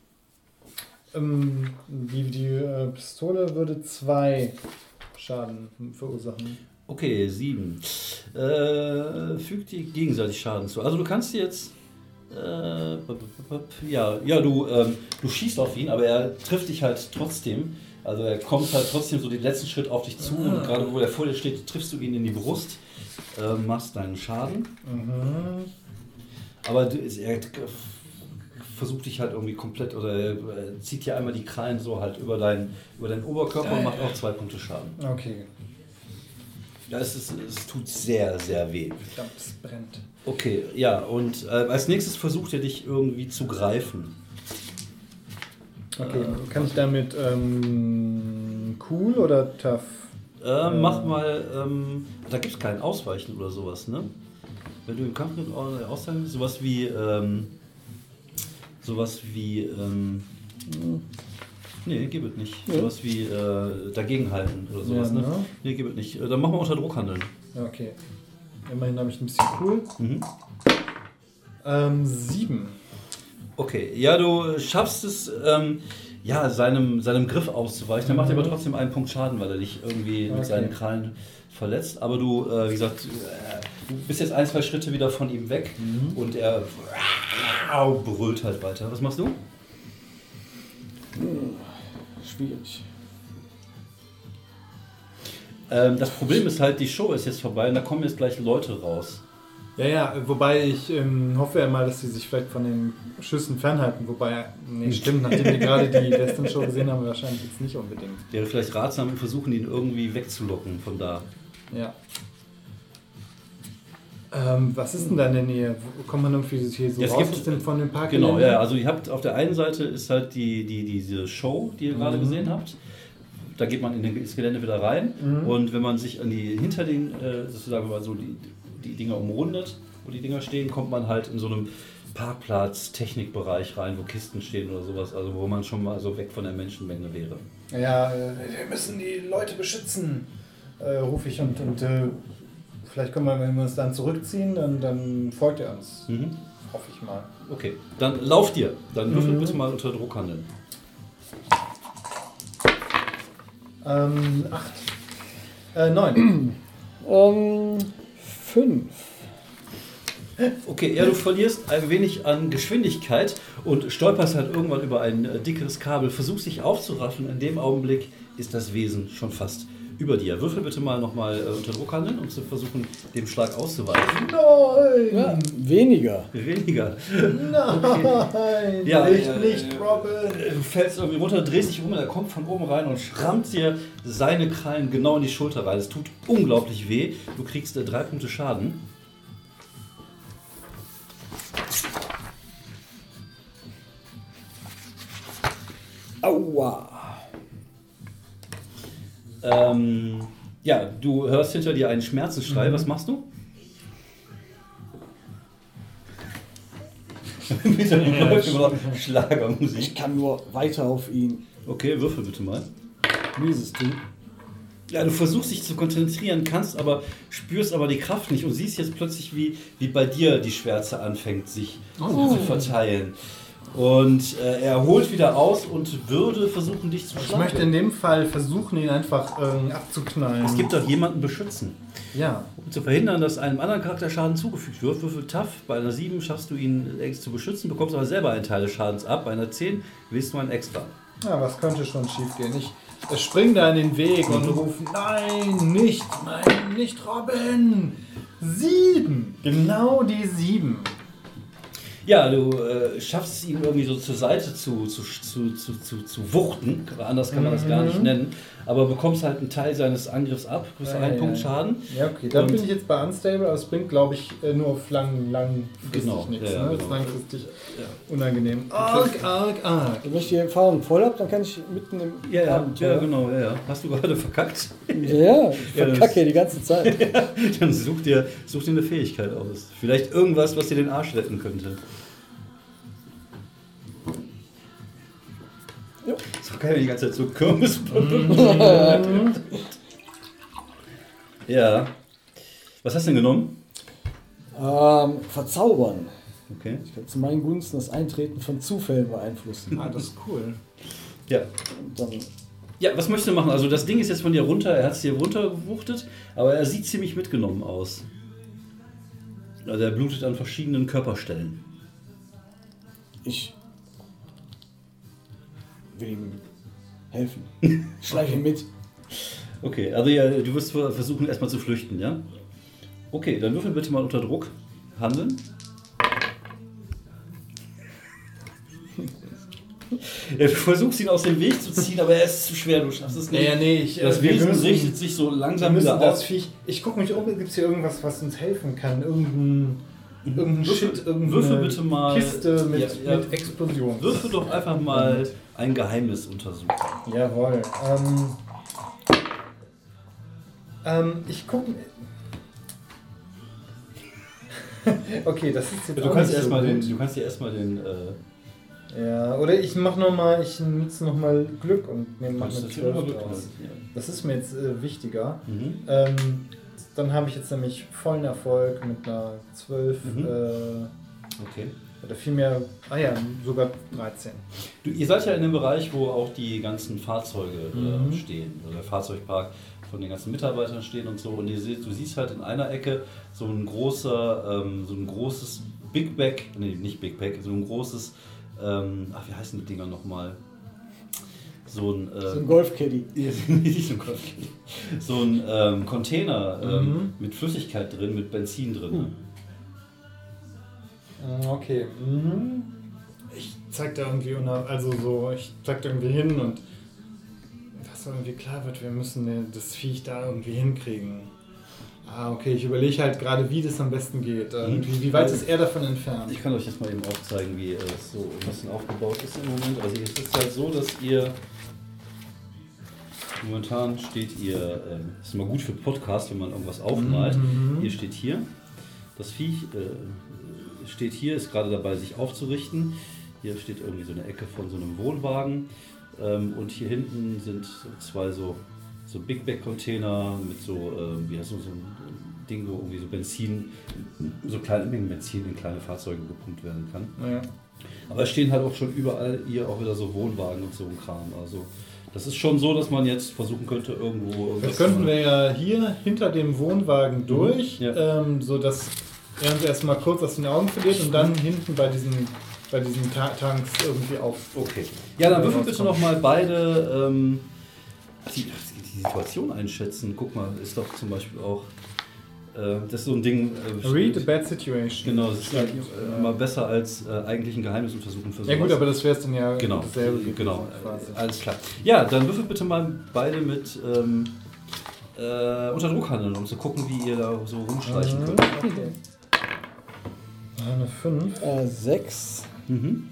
Ähm, die die äh, Pistole würde zwei Schaden verursachen. Okay, sieben. Äh, fügt die gegenseitig Schaden zu. Also du kannst jetzt... Äh, ja, ja du, ähm, du schießt auf ihn, aber er trifft dich halt trotzdem. Also er kommt halt trotzdem so den letzten Schritt auf dich zu und gerade wo er vor dir steht, triffst du ihn in die Brust, äh, machst deinen Schaden. Mhm. Aber du, er versucht dich halt irgendwie komplett oder er zieht hier einmal die Krallen so halt über, dein, über deinen Oberkörper und macht auch zwei Punkte Schaden. Okay, Ja, es, ist, es tut sehr, sehr weh. verdammt, es brennt. Okay, ja, und äh, als nächstes versucht er dich irgendwie zu greifen. Okay, Äh, kann ich damit ähm, cool oder tough? Äh, mach mal, ähm, da gibt es kein Ausweichen oder sowas, ne? Wenn du im Kampf mit äh, Ausweichen bist, sowas wie, ähm, sowas wie, ähm, nee, gibt es nicht. Ja. Sowas wie äh, dagegenhalten oder sowas, Ja, ne? ne? Nee, gibt es nicht. Äh, Dann machen wir unter Druck handeln. Okay. Immerhin habe ich ein bisschen cool. Mhm. Ähm, sieben. Okay, ja, du schaffst es, ähm, ja, seinem, seinem Griff auszuweichen. Er macht dir aber trotzdem einen Punkt Schaden, weil er dich irgendwie mit Okay. seinen Krallen verletzt. Aber du, äh, wie gesagt, äh, du bist jetzt ein, zwei Schritte wieder von ihm weg und er äh, brüllt halt weiter. Was machst du? schwierig. Ähm, das Problem ist halt, die Show ist jetzt vorbei und da kommen jetzt gleich Leute raus. Ja, ja, wobei ich ähm, hoffe ja mal, dass sie sich vielleicht von den Schüssen fernhalten. Wobei, nee, stimmt, nachdem wir gerade die Western-Show gesehen haben, wahrscheinlich jetzt nicht unbedingt. Wäre vielleicht ratsam und versuchen, ihn irgendwie wegzulocken von da. Ja. Ähm, was ist denn da in der Nähe? Wo kommt man irgendwie hier so Ja, es raus gibt- aus dem, von dem Park? Genau, ja, also ihr habt auf der einen Seite ist halt die, die, diese Show, die ihr gerade Mhm. gesehen habt. Da geht man in den- ins Gelände wieder rein Mhm. und wenn man sich an die hinter den, äh, sozusagen mal so die, die Dinger umrundet, wo die Dinger stehen, kommt man halt in so einem Parkplatz-Technikbereich rein, wo Kisten stehen oder sowas, also wo man schon mal so weg von der Menschenmenge wäre. Ja, äh, wir müssen die Leute beschützen, äh, rufe ich und, und äh, vielleicht können wir, wenn wir uns dann zurückziehen, dann, dann folgt er uns. Mhm. Hoffe ich mal. Okay, dann lauft ihr. Dann würfel Mhm. bitte mal unter Druck handeln. Ähm, acht. Äh, neun. Ähm, fünf. Okay, ja, du verlierst ein wenig an Geschwindigkeit und stolperst halt irgendwann über ein äh, dickeres Kabel, versuchst dich aufzuraffen. In dem Augenblick ist das Wesen schon fast über dir. Würfel bitte mal nochmal äh, unter Druck handeln, um zu versuchen, dem Schlag auszuweichen. Nein! Ja, weniger. Weniger. Nein! Okay. Ja, nicht, äh, nicht, Robin! Du fällst irgendwie runter, drehst dich um und er kommt von oben rein und schrammt dir seine Krallen genau in die Schulter rein. Es tut unglaublich weh. Du kriegst äh, drei Punkte Schaden. Aua. Ähm, ja, du hörst hinter dir einen Schmerzensschrei. Mhm. Was machst du? Schlagermusik. Ich kann nur weiter auf ihn. Okay, würfel bitte mal. Mieses Ding. Ja, du versuchst dich zu konzentrieren, kannst aber, spürst aber die Kraft nicht und siehst jetzt plötzlich, wie, wie bei dir die Schwärze anfängt, sich oh. zu verteilen. Und äh, er holt wieder aus und würde versuchen, dich zu schlagen. Ich möchte in dem Fall versuchen, ihn einfach äh, abzuknallen. Es gibt doch jemanden beschützen. Ja. Um zu verhindern, dass einem anderen Charakter Schaden zugefügt wird. Würfel tough. Bei einer sieben schaffst du ihn längst zu beschützen, bekommst aber selber einen Teil des Schadens ab. Bei einer zehn willst du einen extra. Ja, was könnte schon schief gehen? Ich äh, spring da in den Weg und rufe, nein, nicht, nein, nicht Robin. Sieben. Genau die sieben. Ja, du äh, schaffst es ihm irgendwie so zur Seite zu, zu, zu, zu, zu, zu wuchten, anders kann man das gar nicht nennen, aber bekommst halt einen Teil seines Angriffs ab, kriegst ja, einen ja. Punkt Schaden. Ja, okay, dann und bin ich jetzt bei Unstable, aber es bringt, glaube ich, nur auf lang, langfristig genau, nichts. Ja, ne? genau. Das ist langfristig ja. unangenehm. Arg, arg, arg. Wenn ich die Erfahrung voll habe, dann kann ich mitten im ja, ja, Abenteuer... Ja, genau, ja, ja. Hast du gerade verkackt? Ja, ich verkacke ja, die ganze Zeit. Ja, dann such dir, such dir eine Fähigkeit aus. Vielleicht irgendwas, was dir den Arsch retten könnte. Jo. Ist doch geil, wenn die ganze Zeit so Kirmes. Ja. Was hast du denn genommen? Ähm, verzaubern. Okay. Ich kann zu meinen Gunsten das Eintreten von Zufällen beeinflussen. Ah, das ist cool. Ja. Und dann Ja, was möchtest du machen? Also das Ding ist jetzt von dir runter, er hat es dir runtergewuchtet, aber er sieht ziemlich mitgenommen aus. Also er blutet an verschiedenen Körperstellen. Ich will ihm helfen. Schleiche mit. Okay, also ja, du wirst versuchen erstmal zu flüchten, ja? Okay, dann würfel bitte mal unter Druck. Handeln. Ja, du versuchst ihn aus dem Weg zu ziehen, aber er ist zu schwer, du schaffst es nicht. Ja, ja, nee, ich, das wir Wesen müssen, richtet sich so langsam wir wieder das aus. Viech, ich gucke mich um, gibt es hier irgendwas, was uns helfen kann? Irgendein, irgendein Würfel, Shit, irgendeine würfel bitte mal, Kiste mit, ja, ja, mit Explosion. Würfel doch einfach mal ein Geheimnis untersuchen. Jawohl. Ähm, ähm, ich gucke... Okay, das ist jetzt Du auch kannst, nicht erst so mal den, gut. du kannst dir erstmal den... Äh, Ja, oder ich mach noch mal, ich nutze noch mal Glück und nehme mal kannst mit das hier zwölf Glück draus. haben, ja. Das ist mir jetzt äh, wichtiger. Mhm. Ähm, dann habe ich jetzt nämlich vollen Erfolg mit einer zwölf Mhm. äh, Okay. oder vielmehr, ah ja, sogar dreizehn. Du, ihr seid ja in dem Bereich, wo auch die ganzen Fahrzeuge Mhm. äh, stehen, oder der Fahrzeugpark von den ganzen Mitarbeitern stehen und so. Und ihr seht, du siehst halt in einer Ecke so ein großer, ähm, so ein großes Big Bag, nee, nicht Big Bag, so ein großes, ähm, ach, wie heißen die Dinger nochmal? So ein, äh, so ein Golfcaddy. nicht so ein Golfcaddy. So ein ähm, Container ähm, Mhm. mit Flüssigkeit drin, mit Benzin drin. Mhm. Okay. Mhm. Ich zeig da irgendwie, unab- also so, ich zeig da irgendwie hin und dass irgendwie klar wird, wir müssen das Viech da irgendwie hinkriegen. Ah, okay, ich überlege halt gerade, wie das am besten geht. Und wie, wie weit ist er davon entfernt? Ich kann euch jetzt mal eben aufzeigen, wie es so ein bisschen aufgebaut ist im Moment. Also es ist halt so, dass ihr momentan steht ihr, ähm, ist immer gut für Podcast, wenn man irgendwas aufmalt. Mhm. Ihr steht hier, das Viech äh, steht hier, ist gerade dabei, sich aufzurichten. Hier steht irgendwie so eine Ecke von so einem Wohnwagen ähm, und hier hinten sind zwei so so Big Bag Container mit so, äh, wie heißt so, so ein Ding, wo irgendwie so Benzin, so kleine Mengen Benzin in kleine Fahrzeuge gepumpt werden kann. Ja. Aber es stehen halt auch schon überall hier auch wieder so Wohnwagen und so ein Kram. Also das ist schon so, dass man jetzt versuchen könnte, irgendwo... Das könnten wir ja hier hinter dem Wohnwagen durch, Ja. ähm, so dass er uns erstmal kurz aus den Augen verliert und dann hinten bei diesen, bei diesen Ta- Tanks irgendwie auf. Okay. Ja, dann würfel bitte nochmal beide... Ähm, die, die Situation einschätzen. Guck mal, ist doch zum Beispiel auch äh, das ist so ein Ding. Äh, Read a bad situation. Genau, das ist halt, äh, mal besser als äh, eigentlich ein Geheimnis und versuchen für Ja gut, aber das wäre es dann ja genau, dasselbe gewesen, genau, quasi. äh, alles klar. Ja, dann würfel bitte mal beide mit ähm, äh, unter Druck handeln, um zu gucken, wie ihr da so rumstreichen Mhm. könnt. Okay. Eine fünf. Äh, sechs. Mhm.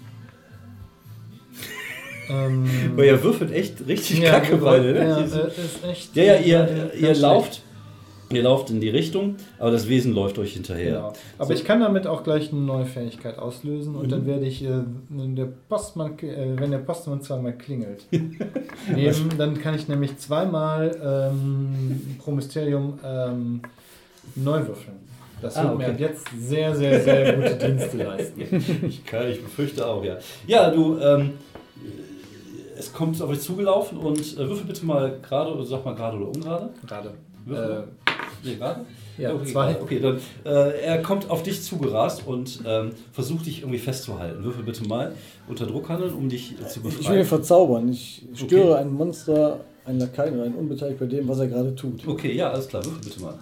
Ähm, Weil ihr würfelt echt richtig ja, kacke beide, ne? Ja, äh, ist echt. Ja, ja, ihr, ja, ihr, lauft, ihr lauft in die Richtung, aber das Wesen läuft euch hinterher. Genau. Aber So. ich kann damit auch gleich eine neue Fähigkeit auslösen und Mhm. dann werde ich, äh, wenn der Postmann, äh, wenn der Postmann zweimal klingelt, nehmen, dann kann ich nämlich zweimal ähm, pro Mysterium ähm, neu würfeln. Das wird Ah, okay. mir ab jetzt sehr, sehr, sehr gute Dienste leisten. Ich kann, ich befürchte auch, ja. Ja, du, ähm, es kommt auf euch zugelaufen und äh, würfel bitte mal gerade, oder sag mal gerade oder ungerade. Gerade. Würfel. Äh, Nee, gerade? ja, okay, zwei. gerade. Okay, dann, äh, er kommt auf dich zugerast und ähm, versucht dich irgendwie festzuhalten. Würfel bitte mal unter Druck handeln, um dich äh, zu Ich will ihn befreien. verzaubern. Ich störe Okay. ein Monster, einen Lakaien rein, unbeteiligt bei dem, was er gerade tut. Okay, ja, alles klar, würfel bitte mal.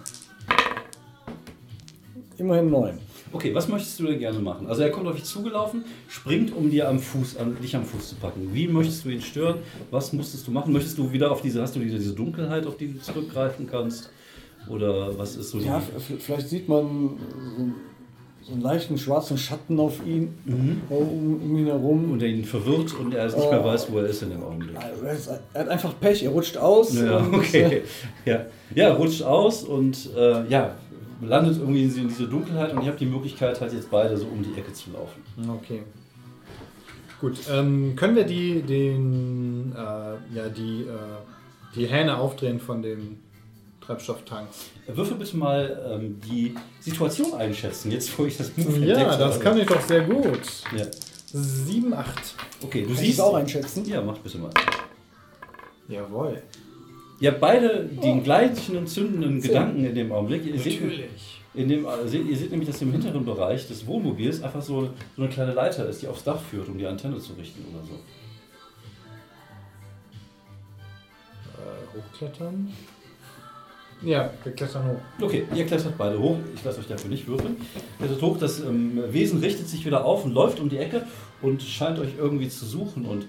Immerhin neun. Okay, was möchtest du denn gerne machen? Also er kommt auf dich zugelaufen, springt, um dir am Fuß, an, dich am Fuß zu packen. Wie möchtest du ihn stören? Was musstest du machen? Möchtest du wieder auf diese, hast du diese, diese Dunkelheit, auf die du zurückgreifen kannst? Oder was ist so die... Ja, f- vielleicht sieht man so, so einen leichten schwarzen Schatten auf ihn, Mhm. um, um ihn herum. Und er ihn verwirrt und er nicht mehr weiß, wo er ist in dem Augenblick. Er ist- er hat einfach Pech, er rutscht aus. Ja, und, okay. Ja, ja rutscht aus und äh, ja, landet irgendwie in diese Dunkelheit und ihr habt die Möglichkeit, halt jetzt beide so um die Ecke zu laufen. Okay. Gut, ähm, können wir die, den, äh, ja, die, äh, die Hähne aufdrehen von dem Treibstofftank? Würfel bitte mal ähm, die Situation einschätzen, jetzt wo ich das Move entdeckt Ja, das habe. kann ich doch sehr gut. Ja. sieben, acht. Okay, du Kann ich siehst... das auch einschätzen? Ja, mach bitte mal. Jawohl. Ihr habt beide den gleichen entzündenden Gedanken in dem Augenblick. Ihr seht, Natürlich. in dem, äh, seht, ihr seht nämlich, dass im hinteren Bereich des Wohnmobils einfach so, so eine kleine Leiter ist, die aufs Dach führt, um die Antenne zu richten oder so. Äh, hochklettern. Ja, wir klettern hoch. Okay, ihr klettert beide hoch. Ich lasse euch dafür nicht würfeln. Klettert hoch, das ähm, Wesen richtet sich wieder auf und läuft um die Ecke und scheint euch irgendwie zu suchen und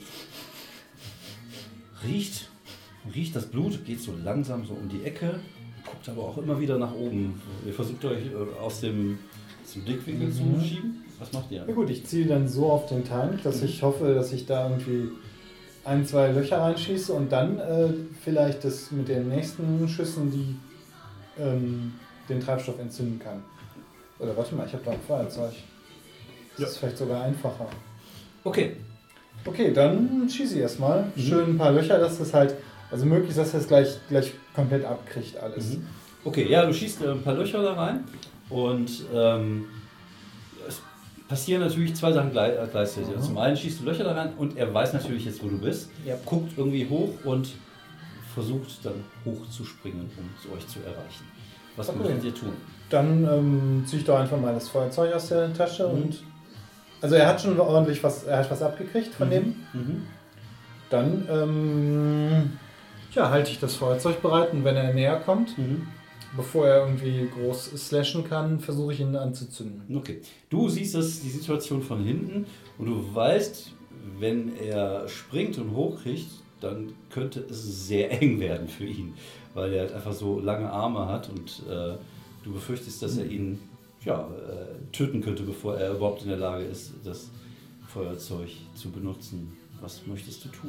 riecht, riecht das Blut, geht so langsam so um die Ecke, guckt aber auch immer wieder nach oben. Ihr versucht euch äh, aus dem, aus dem Blickwinkel Mhm. zu schieben. Was macht ihr? Ja gut, ich ziehe dann so auf den Tank, dass ich hoffe, dass ich da irgendwie ein, zwei Löcher reinschieße und dann äh, vielleicht das mit den nächsten Schüssen die ähm, den Treibstoff entzünden kann. Oder warte mal, ich habe da ein Feuerzeug. Das Ja. ist vielleicht sogar einfacher. Okay, Okay, dann schieße ich erstmal. Mhm. Schön ein paar Löcher, dass das halt, also möglichst, dass das gleich, gleich komplett abkriegt alles. Mhm. Okay, ja, du schießt äh, ein paar Löcher da rein und ähm, es passieren natürlich zwei Sachen gleich, äh, gleichzeitig. Mhm. Also zum einen schießt du Löcher da rein und er weiß natürlich jetzt, wo du bist, Ja. guckt irgendwie hoch und versucht dann hoch zu springen, um es euch zu erreichen. Was Okay. möchtet ihr tun? Dann ähm, ziehe ich doch einfach mal das Feuerzeug aus der Tasche Mhm. und. Also er hat schon ordentlich was, er hat was abgekriegt von dem. Mhm. Dann ähm, ja, halte ich das Feuerzeug bereit und wenn er näher kommt, Mhm. bevor er irgendwie groß slashen kann, versuche ich ihn anzuzünden. Okay. Du siehst das, die Situation von hinten und du weißt, wenn er springt und hochkriegt, dann könnte es sehr eng werden für ihn, weil er halt einfach so lange Arme hat und äh, du befürchtest, dass er ihn ja, äh, töten könnte, bevor er überhaupt in der Lage ist, das Feuerzeug zu benutzen. Was möchtest du tun?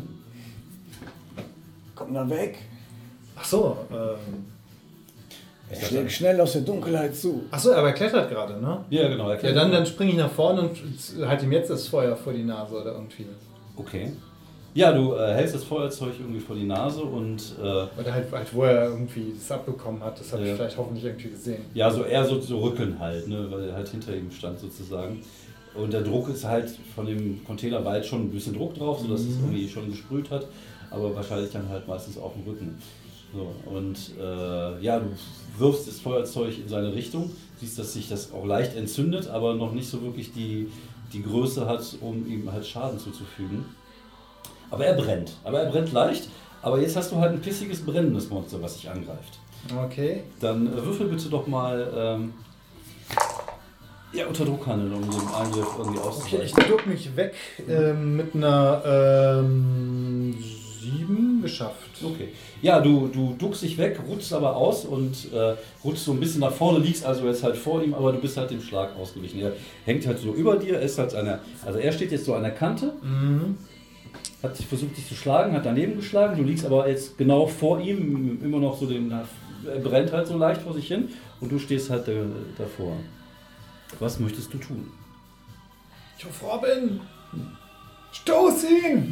Komm da weg. Ach so, ähm, Er schlägt schnell aus der Dunkelheit zu. ach so, aber er klettert gerade, ne? Ja, genau. Ja, dann, dann springe ich nach vorne und halte ihm jetzt das Feuer vor die Nase oder irgendwie. Okay. Ja, du äh, hältst das Feuerzeug irgendwie vor die Nase und äh, Oder halt, halt, wo er irgendwie das abbekommen hat, das habe Ja. ich vielleicht hoffentlich irgendwie gesehen. ja, so eher so, so Rücken halt, ne, weil er halt hinter ihm stand sozusagen. Und der Druck ist halt von dem Container weit schon ein bisschen Druck drauf, sodass es irgendwie schon gesprüht hat, aber wahrscheinlich dann halt meistens auf dem Rücken. So, und äh, ja, du wirfst das Feuerzeug in seine Richtung, siehst, dass sich das auch leicht entzündet, aber noch nicht so wirklich die, die Größe hat, um ihm halt Schaden zuzufügen. Aber er brennt. Aber er brennt leicht, Aber jetzt hast du halt ein pissiges, brennendes Monster, was dich angreift. Okay. Dann äh, würfel bitte doch mal ähm, ja, unter Druck handeln, um den Angriff irgendwie auszuweichen. Okay, ich duck mich weg ähm, mit einer ähm, sieben geschafft. Okay. Ja, du, du duckst dich weg, rutschst aber aus und äh, rutschst so ein bisschen nach vorne, liegst also jetzt halt vor ihm, aber du bist halt dem Schlag ausgewichen. Er hängt halt so über dir, ist halt an der, also er steht jetzt so an der Kante, Mhm. hat sich versucht dich zu schlagen, hat daneben geschlagen, du liegst aber jetzt genau vor ihm, immer noch so den, er brennt halt so leicht vor sich hin und du stehst halt äh, davor. Was möchtest du tun? Ich rufe Robin! Stoß ihn!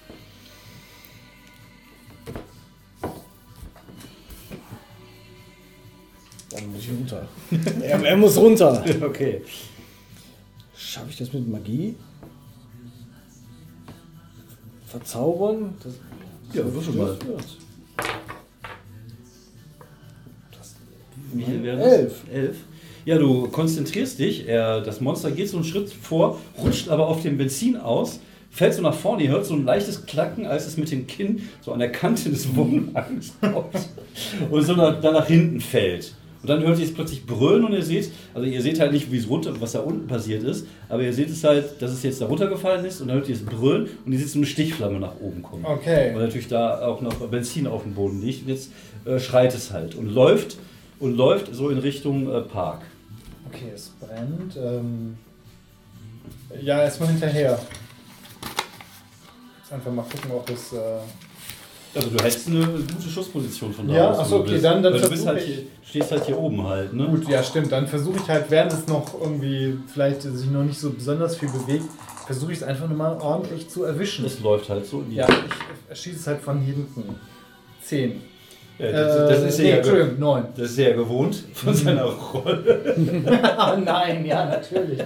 Dann muss ich runter. er, er muss runter. Okay. Schaffe ich das mit Magie? Verzaubern? Das, Ja, würfel mal. Wie viel wäre das? Elf. Elf. Ja, du konzentrierst dich, er, das Monster geht so einen Schritt vor, rutscht aber auf dem Benzin aus, fällt so nach vorne, ihr hört so ein leichtes Klacken, als es mit dem Kinn so an der Kante des Wohnwagens kommt und so nach, dann nach hinten fällt. Und dann hört ihr es plötzlich brüllen und ihr seht, also ihr seht halt nicht, wie es runter, was da unten passiert ist, aber ihr seht es halt, dass es jetzt da runtergefallen ist und dann hört ihr es brüllen und ihr seht so eine Stichflamme nach oben kommen. Okay. Weil natürlich da auch noch Benzin auf dem Boden liegt und jetzt äh, schreit es halt und läuft und läuft so in Richtung äh, Park. Okay, es brennt. Ähm ja, erstmal hinterher. Jetzt einfach mal gucken, ob es. Äh Also du hättest eine gute Schussposition von da Ja, aus. ach so, wo du okay, bist. dann- dann Weil du bist versuch halt ich- hier, stehst halt hier oben halt, ne? Gut, ja, stimmt. Dann versuche ich halt, während es noch irgendwie vielleicht sich noch nicht so besonders viel bewegt, versuche ich es einfach nochmal ordentlich zu erwischen. Es läuft halt so in die Ja, ich erschieße es halt von hinten. Zehn. Ja, das, das, ist äh, nee, ja ge- Entschuldigung, neun. das ist ja gewohnt von seiner Rolle. Ah, nein, ja, natürlich.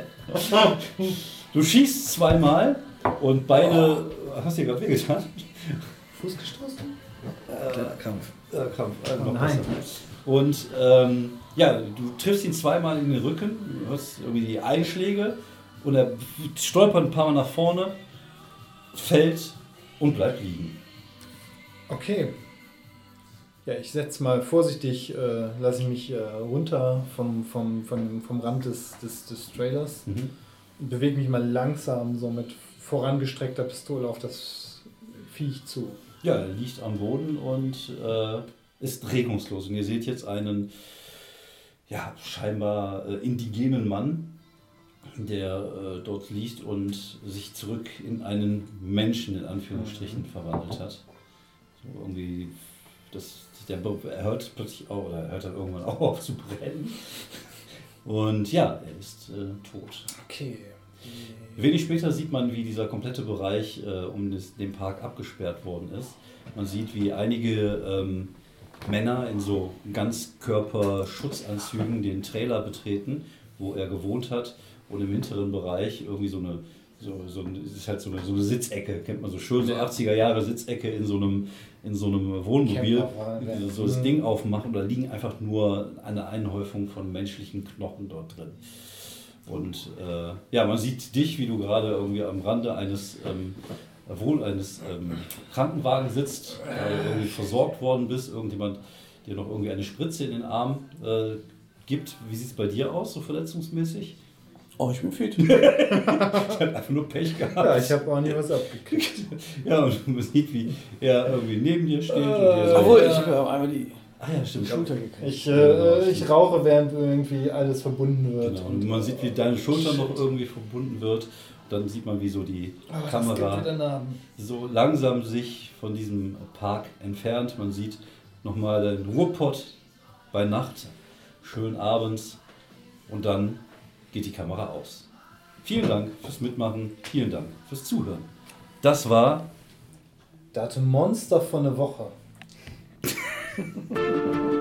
Du schießt zweimal und beide. Hast du dir gerade wehgetan? Fuß gestoßen? Kleiner Kampf. Äh, Kampf, äh, Oh noch nein. besser. Und ähm, ja, du triffst ihn zweimal in den Rücken, du hörst irgendwie die Einschläge und er stolpert ein paar Mal nach vorne, fällt und bleibt liegen. Okay. Ja, ich setze mal vorsichtig, äh, lasse ich mich äh, runter vom, vom, vom, vom Rand des, des, des Trailers Mhm. und bewege mich mal langsam so mit vorangestreckter Pistole auf das Viech zu. Ja, er liegt am Boden und äh, ist regungslos. Und ihr seht jetzt einen ja, scheinbar äh, indigenen Mann, der äh, dort liegt und sich zurück in einen Menschen in Anführungsstrichen verwandelt hat. So irgendwie, das, der, er hört plötzlich auf, oder er hört dann irgendwann auch auf zu brennen. Und ja, er ist äh, tot. Okay. Wenig später sieht man, wie dieser komplette Bereich äh, um das, den Park abgesperrt worden ist. Man sieht, wie einige ähm, Männer in so Ganzkörperschutzanzügen den Trailer betreten, wo er gewohnt hat. Und im hinteren Bereich irgendwie so eine, so, so ein, es ist halt so eine, so eine Sitzecke, kennt man so schön, so achtziger Jahre Sitzecke in so einem, in so einem Wohnmobil, Campervan, ja. so das Mhm. Ding aufmachen und da liegen einfach nur eine Einhäufung von menschlichen Knochen dort drin. Und äh, ja, man sieht dich, wie du gerade irgendwie am Rande eines, ähm, wohl eines ähm, Krankenwagens sitzt, gerade irgendwie versorgt worden bist, irgendjemand dir noch irgendwie eine Spritze in den Arm äh, gibt. Wie sieht es bei dir aus, so verletzungsmäßig? Oh, ich bin fit. Ich habe einfach nur Pech gehabt. Ja, ich habe auch nie was abgekriegt. Ja, und man sieht, wie er irgendwie neben dir steht. und dir so, Obwohl, ja. ich habe ja einmal die ah ja, stimmt. Schulter gekriegt. Ich, äh, ich rauche, während irgendwie alles verbunden wird. Genau. Und man sieht, wie deine Schulter noch irgendwie verbunden wird. Dann sieht man, wie so die Oh, Kamera das gibt wieder Namen. so langsam sich von diesem Park entfernt. Man sieht nochmal den Ruhrpott bei Nacht, schön abends und dann geht die Kamera aus. Vielen Dank fürs Mitmachen, vielen Dank fürs Zuhören. Das war Da hatte Monster von eine Woche.